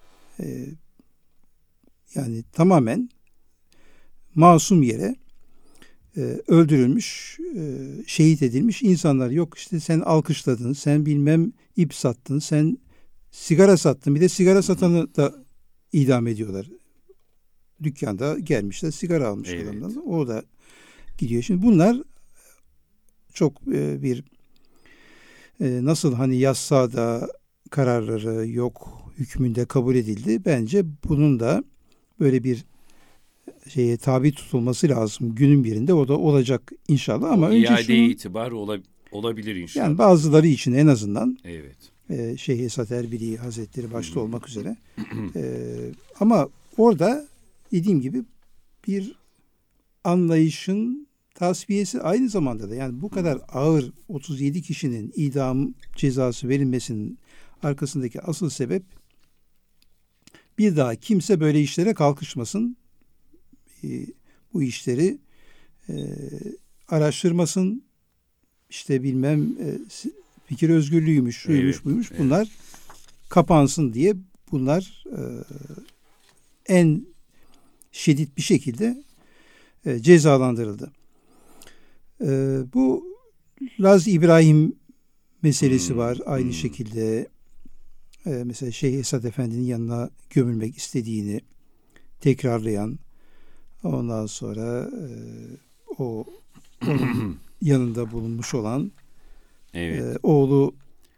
yani tamamen masum yere öldürülmüş, şehit edilmiş insanlar. Yok işte sen alkışladın, sen bilmem ip sattın, sen sigara sattın. Bir de sigara satanı da idam ediyorlar. Dükkanda gelmişler, sigara almış adamdan. O da gidiyor. Şimdi bunlar çok bir nasıl hani yassada kararları yok hükmünde kabul edildi. Bence bunun da böyle bir şeye tabi tutulması lazım. Günün birinde o da olacak inşallah. Ama önce iade itibar olabilir inşallah. Yani bazıları için en azından. Evet. Şeyh Esad Erbili Hazretleri başta olmak üzere. Ama orada dediğim gibi bir anlayışın tasfiyesi aynı zamanda da yani bu kadar ağır 37 kişinin idam cezası verilmesinin arkasındaki asıl sebep bir daha kimse böyle işlere kalkışmasın. Bu işleri araştırmasın. İşte bilmem fikir özgürlüğüymüş, şuymuş, buymuş. Bunlar kapansın diye bunlar en şiddet bir şekilde cezalandırıldı. Bu Laz İbrahim meselesi var. Aynı şekilde mesela Şeyh Esad Efendi'nin yanına gömülmek istediğini tekrarlayan, ondan sonra onun yanında bulunmuş olan oğlu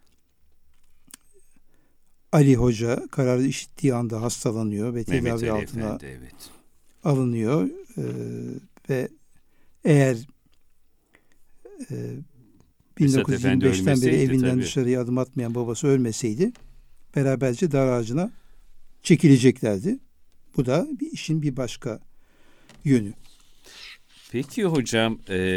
Ali Hoca kararı işittiği anda hastalanıyor ve tedavi altına alınıyor. Ve eğer 1925'ten beri evinden dışarıya adım atmayan babası ölmeseydi beraberce dar ağacına çekileceklerdi. Bu da bir işin bir başka yönü. Peki hocam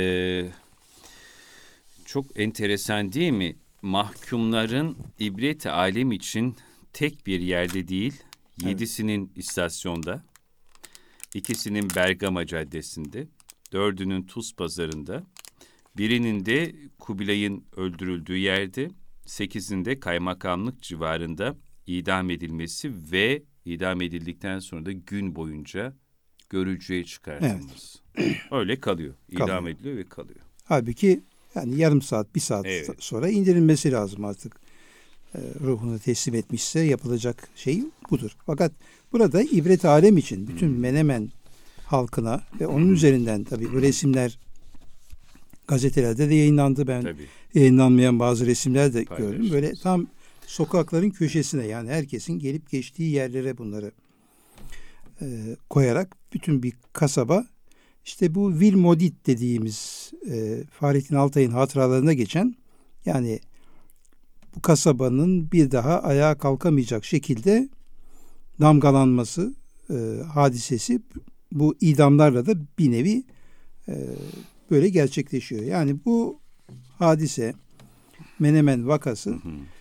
çok enteresan değil mi? Mahkumların ibret-i alem için tek bir yerde değil, 7'sinin istasyonda, 2'sinin Bergama Caddesi'nde, 4'ünün Tuz Pazarı'nda, birinin de Kubilay'ın öldürüldüğü yerde, 8'inin de kaymakamlık civarında idam edilmesi ve idam edildikten sonra da gün boyunca görücüye çıkartılması. Öyle kalıyor. İdam ediliyor ve kalıyor. Halbuki yani yarım saat, bir saat sonra indirilmesi lazım artık. Ruhunu teslim etmişse yapılacak şey budur. Fakat burada ibret alem için bütün Menemen halkına ve onun üzerinden tabii bu resimler gazetelerde de yayınlandı. Ben yayınlanmayan bazı resimler de gördüm. Böyle tam sokakların köşesine yani herkesin gelip geçtiği yerlere bunları koyarak bütün bir kasaba işte bu Vilmodit dediğimiz Fahrettin Altay'ın hatıralarında geçen yani bu kasabanın bir daha ayağa kalkamayacak şekilde damgalanması hadisesi bu idamlarla da bir nevi böyle gerçekleşiyor. Yani bu hadise Menemen vakası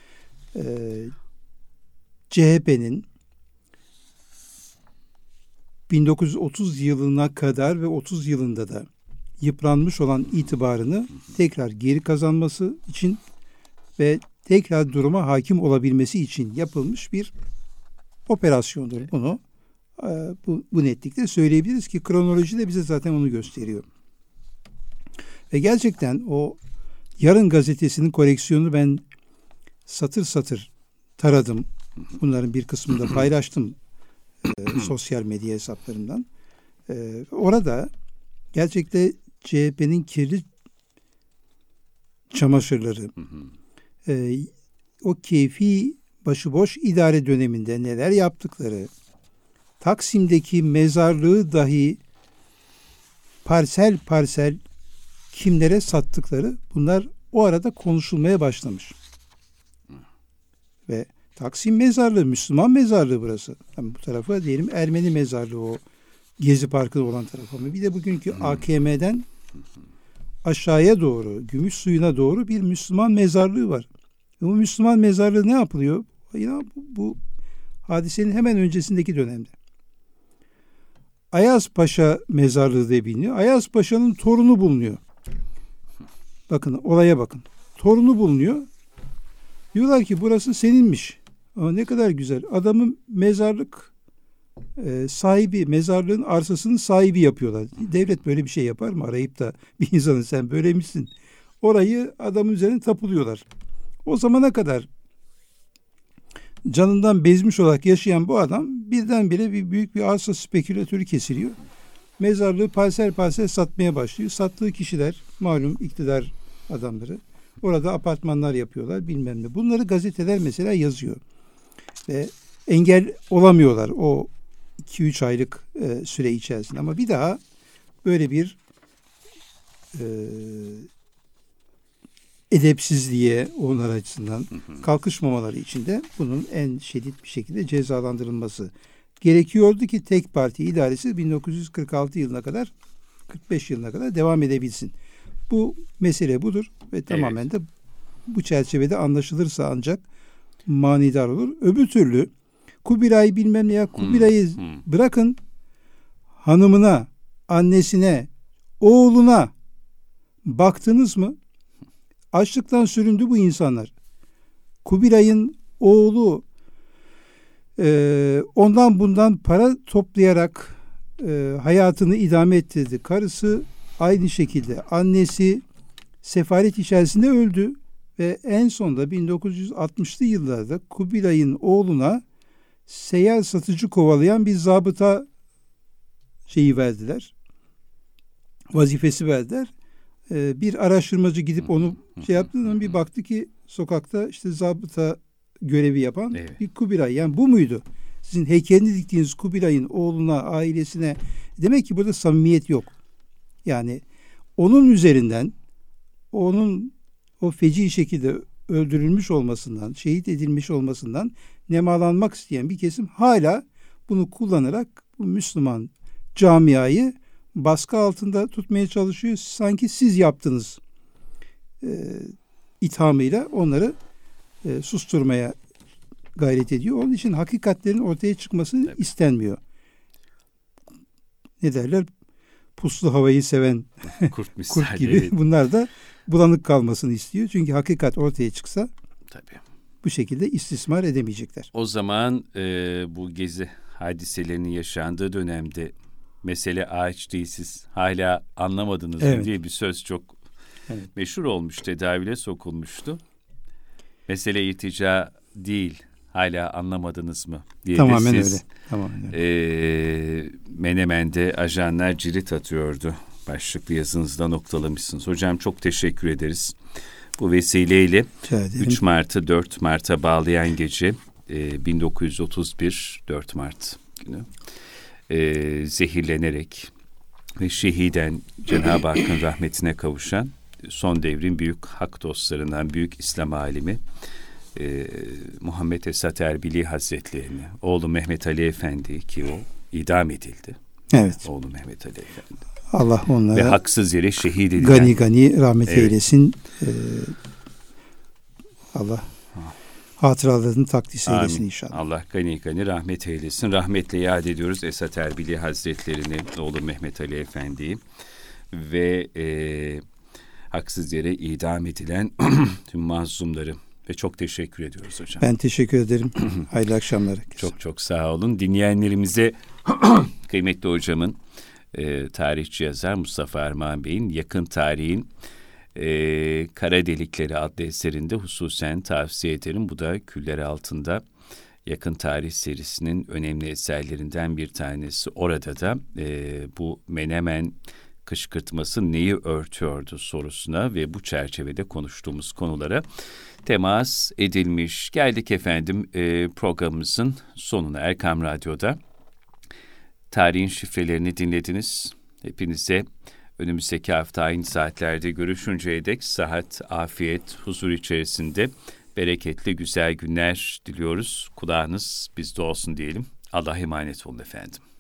CHP'nin 1930 yılına kadar ve 30 yılında da yıpranmış olan itibarını tekrar geri kazanması için ve tekrar duruma hakim olabilmesi için yapılmış bir operasyondur. Bunu bu netlikle söyleyebiliriz ki kronoloji de bize zaten onu gösteriyor. Ve gerçekten o Yarın gazetesinin koleksiyonunu ben satır satır taradım. Bunların bir kısmını da paylaştım sosyal medya hesaplarımdan. Orada gerçekten CHP'nin kirli çamaşırları, o keyfi başıboş idare döneminde neler yaptıkları, Taksim'deki mezarlığı dahi parsel parsel kimlere sattıkları bunlar o arada konuşulmaya başlamış. Ve Taksim mezarlığı, Müslüman mezarlığı burası. Yani bu tarafa diyelim Ermeni mezarlığı o Gezi Parkı'da olan taraf ama bir de bugünkü AKM'den aşağıya doğru, Gümüş Suyu'na doğru bir Müslüman mezarlığı var. Ve bu Müslüman mezarlığı ne yapılıyor? Ya bu Hadisenin hemen öncesindeki dönemde. Ayaz Paşa mezarlığı diye biliniyor. Ayaz Paşa'nın torunu bulunuyor. Bakın, olaya bakın. Torunu bulunuyor. Diyorlar ki burası seninmiş. Ama ne kadar güzel. Adamın mezarlık sahibi, mezarlığın arsasının sahibi yapıyorlar. Devlet böyle bir şey yapar mı? Arayıp da bir insanın sen böyle misin? Orayı adamın üzerine tapuluyorlar. O zamana kadar canından bezmiş olarak yaşayan bu adam birdenbire büyük bir arsa spekülatörü kesiliyor. Mezarlığı parsel parsel satmaya başlıyor. Sattığı kişiler malum iktidar adamları. Orada apartmanlar yapıyorlar bilmem ne. Bunları gazeteler mesela yazıyor. Ve engel olamıyorlar o 2-3 aylık süre içerisinde. Ama bir daha böyle bir edepsizliğe onlar açısından kalkışmamaları için de bunun en şiddet bir şekilde cezalandırılması gerekiyordu ki tek parti idaresi 1946 yılına kadar 45 yılına kadar devam edebilsin. Bu mesele budur ve tamamen de bu çerçevede anlaşılırsa ancak manidar olur. Öbür türlü Kubilay bilmem ne ya Kubilay'ı bırakın hanımına, annesine, oğluna baktınız mı? Açlıktan süründü bu insanlar. Kubilay'ın oğlu ondan bundan para toplayarak hayatını idame ettirdi. Karısı aynı şekilde. Annesi sefalet içerisinde öldü ve en sonunda 1960'lı yıllarda Kubilay'ın oğluna seyyar satıcı kovalayan bir zabıta verdiler. Vazifesi verdiler. Bir araştırmacı gidip onu yaptığı zaman bir baktı ki sokakta işte zabıta görevi yapan bir Kubilay. Yani bu muydu? Sizin heykelini diktiğiniz Kubilay'ın oğluna, ailesine. Demek ki burada samimiyet yok. Yani onun üzerinden onun o feci şekilde öldürülmüş olmasından, şehit edilmiş olmasından nemalanmak isteyen bir kesim hala bunu kullanarak bu Müslüman camiayı baskı altında tutmaya çalışıyor. Sanki siz yaptınız ithamıyla onları susturmaya gayret ediyor. Onun için hakikatlerin ortaya çıkması istenmiyor. Ne derler? Puslu havayı seven kurt gibi. Bunlar da bulanık kalmasını istiyor. Çünkü hakikat ortaya çıksa bu şekilde istismar edemeyecekler. O zaman bu gezi hadiselerinin yaşandığı dönemde mesele ağaç değil, siz hala anlamadınız diye bir söz çok meşhur olmuş, tedavüle sokulmuştu. Mesele irtica değil, hala anlamadınız mı diye tamamen de siz öyle. Tamamen öyle. Menemen'de ajanlar cirit atıyordu başlıklı yazınızda noktalamışsınız. Hocam çok teşekkür ederiz. Bu vesileyle 3 Mart'ı 4 Mart'a bağlayan gece 1931 4 Mart günü zehirlenerek ve şehiden Cenab-ı Hakk'ın rahmetine kavuşan son devrin büyük hak dostlarından büyük İslam alimi Muhammed Esat Erbili Hazretlerini, oğlu Mehmet Ali Efendi ki o idam edildi. Evet. Oğlu Mehmet Ali Efendi. Allah onlara ve haksız yere şehit edilen. Gani rahmet eylesin. Allah hatıralarını takdis eylesin inşallah. Allah gani rahmet eylesin. Rahmetle yad ediyoruz Esat Erbili Hazretlerini, oğlu Mehmet Ali Efendi'yi ve haksız yere idam edilen tüm mazlumları ve çok teşekkür ediyoruz hocam. Ben teşekkür ederim. Hayırlı akşamlar. Çok sağ olun. Dinleyenlerimize kıymetli hocamın tarihçi yazar Mustafa Armağan Bey'in Yakın Tarihin Kara Delikleri adlı eserinde hususen tavsiye ederim. Bu da Küller Altında Yakın Tarih serisinin önemli eserlerinden bir tanesi. Orada da bu Menemen kışkırtması neyi örtüyordu sorusuna ve bu çerçevede konuştuğumuz konulara temas edilmiş. Geldik efendim programımızın sonuna. Erkam Radyo'da tarihin şifrelerini dinlediniz. Hepinize önümüzdeki hafta aynı saatlerde görüşünceye dek sıhhat, afiyet, huzur içerisinde bereketli güzel günler diliyoruz. Kulağınız bizde olsun diyelim. Allah'a emanet olun efendim.